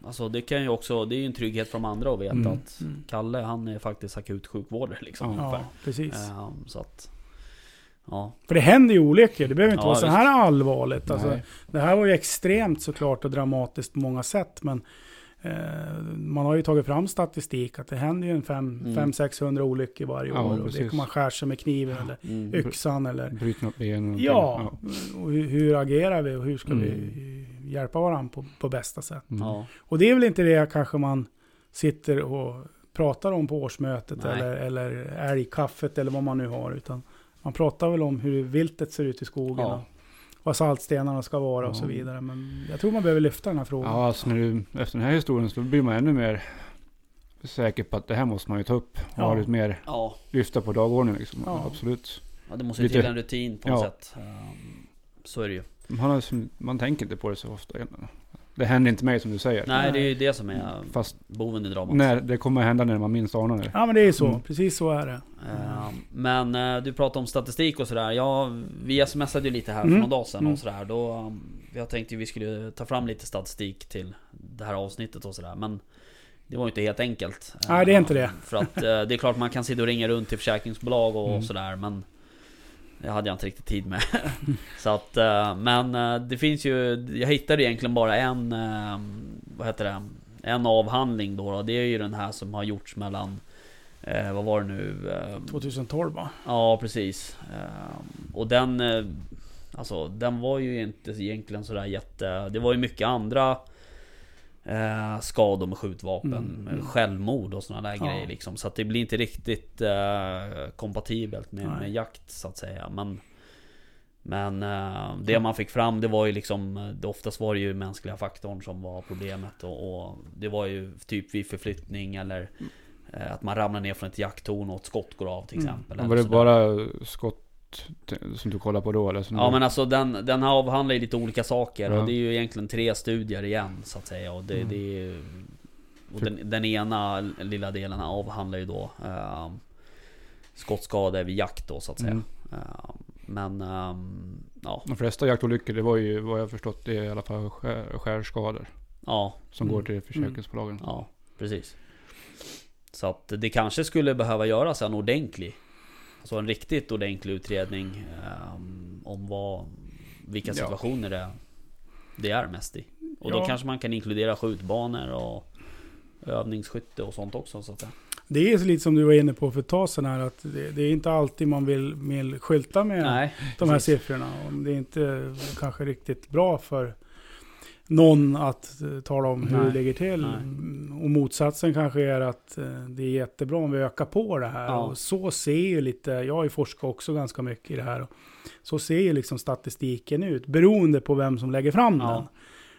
alltså det kan ju också, det är ju en trygghet för de andra att veta Mm. att Kalle, han är faktiskt akut sjukvårdare liksom. Ja, ungefär. precis. Um, så att, ja. För det händer ju olyckor. Det behöver inte Ja, vara så visst. här allvarligt. Alltså, Nej. det här var ju extremt såklart och dramatiskt på många sätt. Men eh, man har ju tagit fram statistik att det händer ju en fem Mm. till sexhundra olyckor varje Ja, år. Och det precis. kan man skär sig med kniven eller Mm. yxan eller... Bryter något ben. Ja, och hur, hur agerar vi och hur ska Mm. vi hjälpa varandra på, på bästa sätt. Mm. Ja. Och det är väl inte det kanske man sitter och pratar om på årsmötet Nej. eller, eller är i kaffet eller vad man nu har. Utan man pratar väl om hur viltet ser ut i skogen Ja. och vad saltstenarna ska vara och Ja. så vidare. Men jag tror man behöver lyfta den här frågan. Ja, alltså när du, efter den här historien så blir man ännu mer säker på att det här måste man ju ta upp. Och Ja. ha lite mer Ja. lyfta på dagordningen liksom. Ja. Absolut. Ja, det måste ju Lite- till en rutin på något Ja. sätt. Um, så är det ju. Man, har, som- man tänker inte på det så ofta egentligen. Det händer inte mig som du säger. Nej, det är ju det som är Fast boven i dramat. när det kommer hända när man minst anar det. Ja men det är så, Mm. precis så är det. Um, men uh, du pratade om statistik och sådär. Ja, vi smsade ju lite här för Mm. någon dag sedan Mm. och sådär. Då, um, jag tänkte ju vi skulle ta fram lite statistik till det här avsnittet och sådär. Men det var ju inte helt enkelt. Nej, det är inte det. För att uh, det är klart man kan sitta och ringa runt till försäkringsbolag och Mm. sådär. Men det hade jag inte riktigt tid med. Så att, uh, men uh, det finns ju, jag hittade egentligen bara en, uh, vad heter det? En avhandling då, då. Det är ju den här som har gjorts mellan Eh, vad var det nu? Eh, tjugohundratolv va? ja, precis. Eh, och den, eh, alltså, den var ju inte egentligen sådär jätte... Det var ju mycket andra eh, skador med skjutvapen, Mm, med mm. självmord och sådana där Ja. grejer liksom. Så att det blir inte riktigt eh, kompatibelt med, Nej. med jakt så att säga. Men, men eh, det man fick fram, det var ju liksom, det oftast var det ju mänskliga faktorn som var problemet. Och, och det var ju typ vid förflyttning eller eh, att man ramlar ner från ett jakttorn och ett skott går av till Mm. exempel. Men eller var det sådär. bara skott t- som du kollar på då? Eller som Ja du... men alltså den, den här avhandlar ju lite olika saker. Ja. Och det är ju egentligen tre studier igen så att säga. Och, det, Mm. det är ju, och den, den ena lilla delen avhandlar ju då eh, skottskador vid jakt då så att säga. Mm. Eh, men ehm, ja, De flesta jaktolyckor, det var ju vad jag förstått, det är i alla fall skär, skärskador ja, som Mm. går till försäkringsbolagen. ja, precis. Så att det kanske skulle behöva göras en ordentlig, alltså en riktigt ordentlig utredning ehm, om vad, vilka Ja. situationer det, det är mest i. Och då Ja. kanske man kan inkludera skjutbanor och övningsskytte och sånt också så att säga. Det är lite som du var inne på för ett tag sedan här, att det, det är inte alltid man vill, vill skylta med Nej, de här precis. siffrorna. Och det är inte kanske riktigt bra för någon att eh, tala om hur Nej. det ligger till. Nej. Mm, Och motsatsen kanske är att eh, det är jättebra om vi ökar på det här. Ja. Och så ser ju lite, jag har ju forskat också ganska mycket i det här. Och så ser ju liksom statistiken ut, beroende på vem som lägger fram Ja. den.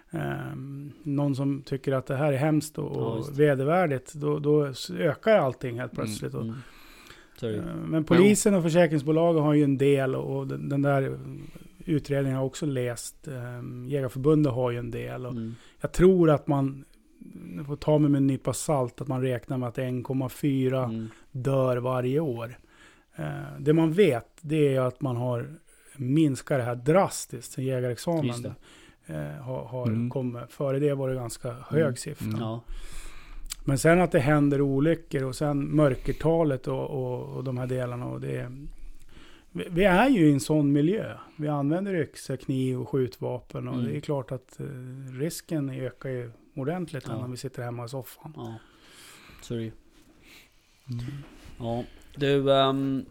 Um, någon som tycker att det här är hemskt och, Ja, och just det. vedervärdigt, då, då ökar allting helt plötsligt. Och, Mm. Så är det ju. Eh, Men polisen och försäkringsbolagen har ju en del och den, den där utredningen har jag också läst. Um, Jägarförbundet har ju en del. Och Mm. jag tror att man, jag får ta mig med en nypa salt, att man räknar med att en komma fyra Mm. dör varje år. Eh, det man vet, det är att man har minskat det här drastiskt sen Just jägarexamen det. eh, har, har Mm. kommit. Före det var det ganska hög Mm. siffra. Mm. Ja. Men sen att det händer olyckor och sen mörkertalet och, och, och de här delarna. Och det, vi, vi är ju i en sån miljö. Vi använder yxa, kniv och skjutvapen. Och Mm. det är klart att eh, risken ökar ju ordentligt Ja. när vi sitter hemma i soffan. Ja. Så är det ju. Mm. Ja, du, ehm,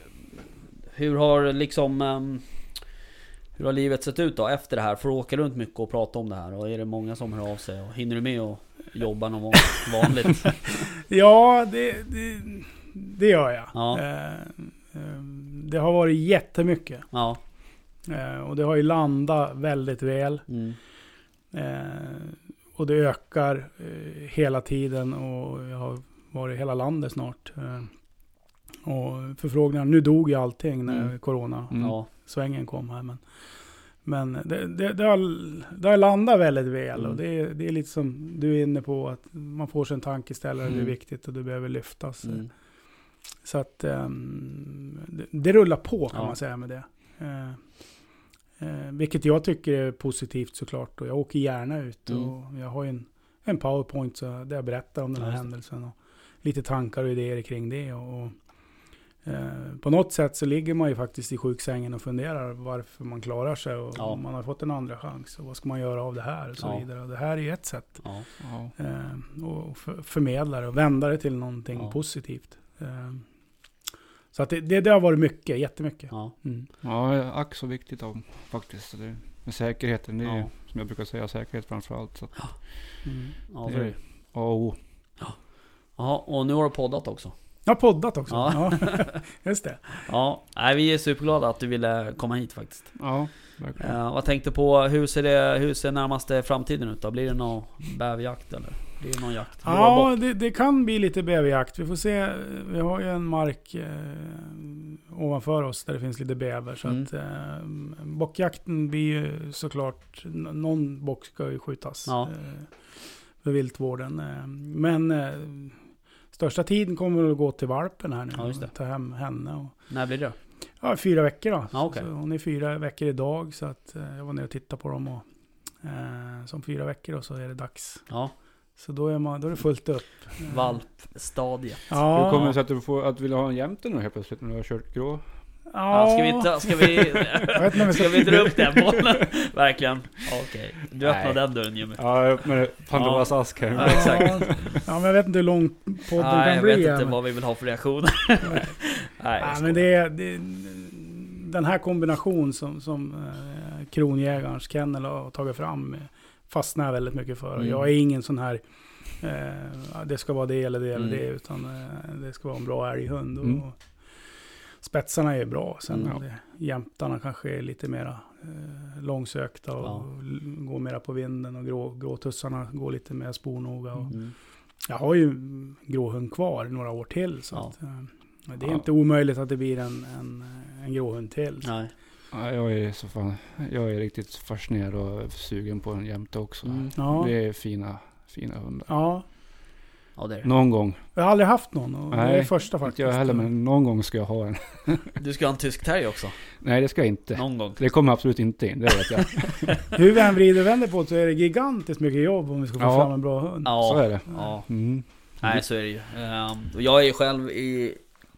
hur har liksom ehm, hur har livet sett ut då efter det här? Får du åka runt mycket och prata om det här? Och är det många som hör av sig? Och hinner du med och jobba någon gång vanligt? Ja, det, det, det gör jag. Ja. Eh, eh, det har varit jättemycket. Ja. Eh, och det har ju landat väldigt väl. Mm. Eh, och det ökar eh, hela tiden och jag har varit i hela landet snart. Eh, och förfrågningar, nu dog ju allting när Mm. corona-svängen Ja. kom här. Men, men det, det, det, har, det har landat väldigt väl Mm. och det är, det är lite som du är inne på, att man får sig en tankeställare, det är Mm. viktigt och det behöver lyftas. Mm. Så att um, det, det rullar på kan Ja. man säga med det. Uh, uh, vilket jag tycker är positivt såklart. Och jag åker gärna ut. Mm. Och jag har ju en en PowerPoint så där jag berättar om den här Ja, händelsen och lite tankar och idéer kring det. Och, och eh, på något sätt så ligger man ju faktiskt i sjuksängen och funderar varför man klarar sig och Ja. man har fått en andra chans och vad ska man göra av det här och så Ja. vidare. Och det här är ju ett sätt Ja. Ja. eh, och för, förmedla det och vända det till någonting Ja. positivt. Eh, så att det, det, det har varit mycket, jättemycket. Ja. Mm. Ja, ack så viktigt av, faktiskt. Det, med säkerheten, det är Ja. ju, som jag brukar säga, säkerhet framförallt. Så. Mm. Ja, Det så är är det. A och O. Ja, och nu har du poddat också. Jag har poddat också. Ja. Ja. Just det. Ja, nej, vi är superglada att du ville komma hit faktiskt. Ja, verkligen. Uh, vad tänkte på, hur ser det, hur ser närmaste framtiden ut då? Blir det någon bäverjakt eller? Blir det någon jakt? Ja, det, det kan bli lite bäverjakt. Vi får se. Vi har ju en mark eh, ovanför oss där det finns lite bäver. Så Mm. att eh, bockjakten blir ju såklart, n- någon bock ska ju skjutas Ja. eh, för viltvården. Eh, men eh, största tiden kommer att gå till valpen här nu. Ja, just det. Och ta hem henne. Och, När blir det? ja, fyra veckor då. Ja, okej. Så hon är fyra veckor idag. Så att eh, jag var ner och tittade på dem. Och, eh, som fyra veckor och så är det dags. Ja, Så då är, man, då är det fullt upp. valpstadiet. Ja. Hur kommer det sig att du får, att vill ha en jämte nu helt plötsligt när du har kört grå? Ja, ska vi ta, ska vi, Jag vet inte om vi ska ska- vi dra upp den bollen? Verkligen. Okej, du öppnar Nej. den dörren Jimmy. Ja, jag öppnar Pandoras ask här. Ja, exakt. Ja, men jag vet inte hur lång podden Nej, kan jag bli. vet här, inte men- vad vi vill ha för reaktioner. Nej, Nej, jag men skojar. det är, det är den här kombination som, som eh, kronjägarens kennel har tagit fram eh, fastnar jag väldigt mycket för. Mm. Jag är ingen sån här eh, det ska vara det eller det eller Mm. det, utan eh, det ska vara en bra älghund. Och, Mm. och spetsarna är bra. Sen Mm. är det, jämtarna kanske är lite mera eh, långsökta och Ja. l- går mera på vinden, och grå, gråtussarna går lite mer spornoga. Och, Mm. jag har ju gråhund kvar några år till. Så Ja. att, eh, det är Ja. inte omöjligt att det blir en, en, en gråhund till. Nej. Ja, jag är så fan, jag är riktigt fascinerad och sugen på en jämte också. Mm. Ja. Det är fina, fina hundar. Ja, Ja, det är det. Någon gång, jag har aldrig haft någon. Och det är Nej, första faktiskt. inte jag heller, men någon gång ska jag ha en. Du ska ha en tysk terrier också. Nej, det ska jag inte. Någon gång. Det kommer absolut inte in, det vet jag. Hur vi än vrider och vänder på det så är det gigantiskt mycket jobb om vi ska få Ja. fram en bra hund. Ja. Så är det. Ja. Mm. Nej, så är det ju. Ehm, och jag är ju själv i...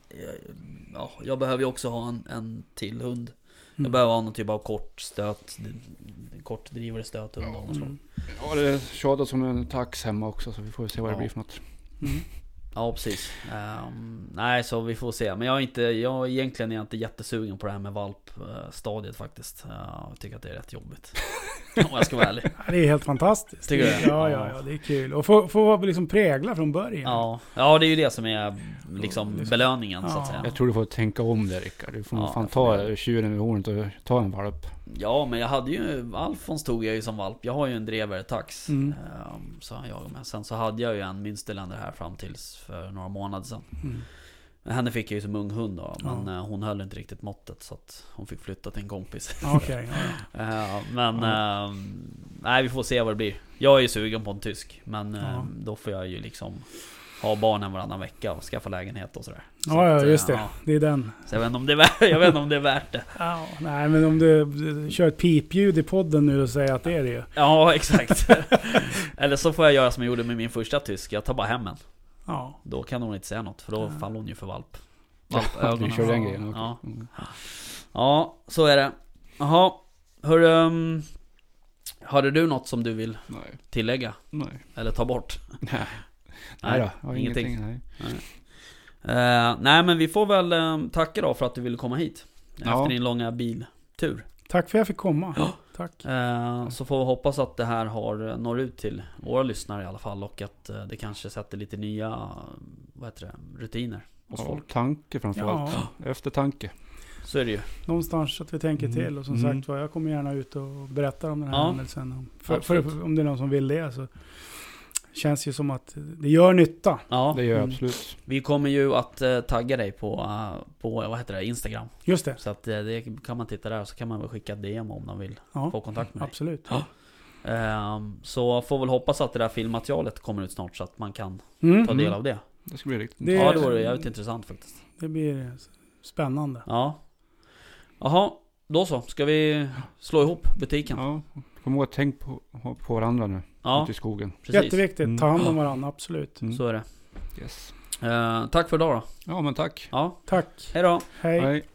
Ja, jag behöver ju också ha en, en till hund. Jag Mm. behöver ha någon typ av kort stöt, kort drivare stöthund av något slag. Mm. Ja, det tjatas som en tax hemma också, så vi får se vad det Ja. blir för något. Mm. Ja, precis. Ehm, nej, så vi får se. Men jag är inte, jag egentligen är jag inte jättesugen på det här med valpstadiet faktiskt. Jag tycker att det är rätt jobbigt. Om jag ska vara ärlig. Ja, det är helt fantastiskt. Tycker du det? Ja, ja, ja, det är kul. Och få, få liksom prägla från början. Ja, ja, det är ju det som är liksom Liksom- belöningen så att Ja. säga. Jag tror du får tänka om det, Rickard. Du får nog Ja, fan jag får ta det. tjuren i hornet och ta en valp. Ja, men jag hade ju Alfons tog jag ju som valp. Jag har ju en drevare tax. Mm. Ehm, så jag med. Sen så hade jag ju en Münsterländer här fram tills för några månader sedan. Mm. Men henne fick jag ju som ung hund då, men Ja. eh, hon höll inte riktigt måttet så att hon fick flytta till en kompis. Okej, ja, ja. Eh, men Ja. ehm, nej, vi får se vad det blir. Jag är ju sugen på en tysk, men Ja. ehm, då får jag ju liksom ha barnen varannan vecka och skaffa lägenhet och sådär. Så Ja, att, ja, eh, just det. ja. Det är den. Så jag vet inte om det är värt, jag vet inte om det är värt det. Ja, nej, men om du, du kör ett pipljud i podden nu och säger att det är det ju. Ja, exakt. Eller så får jag göra som jag gjorde med min första tysk. Jag tar bara hem en. Ja. Då kan hon inte säga något, för då Ja. faller hon ju för valp. Du Valpögonen. kör den Ja. grejen. okej. Ja. Mm. Ja, så är det. Jaha, hörru, um, hade du något som du vill Nej, tillägga? nej. Eller ta bort? Nej. Nej då, jag har ingenting. ingenting. Nej. Eh, nej, men vi får väl um, tacka då för att du ville komma hit. Efter Ja. din långa biltur. Tack för att jag fick komma. Ja. Tack. Eh, så får vi hoppas att det här har, når ut till våra lyssnare i alla fall. Och att eh, det kanske sätter lite nya, vad heter det, rutiner hos Ja, folk. tanke framförallt. Ja, Eftertanke. Så är det ju. någonstans att vi tänker Mm. till. Och som Mm. sagt var, jag kommer gärna ut och berättar om den här Ja. händelsen. Om- För, för, Absolut. om det är någon som vill det så känns ju som att det gör nytta. Ja, Det gör jag Mm. absolut. vi kommer ju att eh, tagga dig på, eh, på, vad heter det, Instagram. Just det. Så att eh, det kan man titta där, så kan man väl skicka D M om man vill Ja, få kontakt med dig. absolut. Ja. Ehm, så får väl hoppas att det där filmmaterialet kommer ut snart så att man kan Mm. ta del Mm. av det. Det ska bli riktigt. Det- Ja, det vore jävligt intressant faktiskt. Det blir spännande. Ja. Jaha, då så. Ska vi slå ihop butiken? Ja, kom ihåg att tänk på, på varandra nu. Ja, ute i skogen. precis. Jätteviktigt, Mm. ta hand om varandra, absolut. Mm. Så är det. Yes. Eh, tack för idag då. Ja, men tack. Ja, Tack. hej då. Hej. Hej.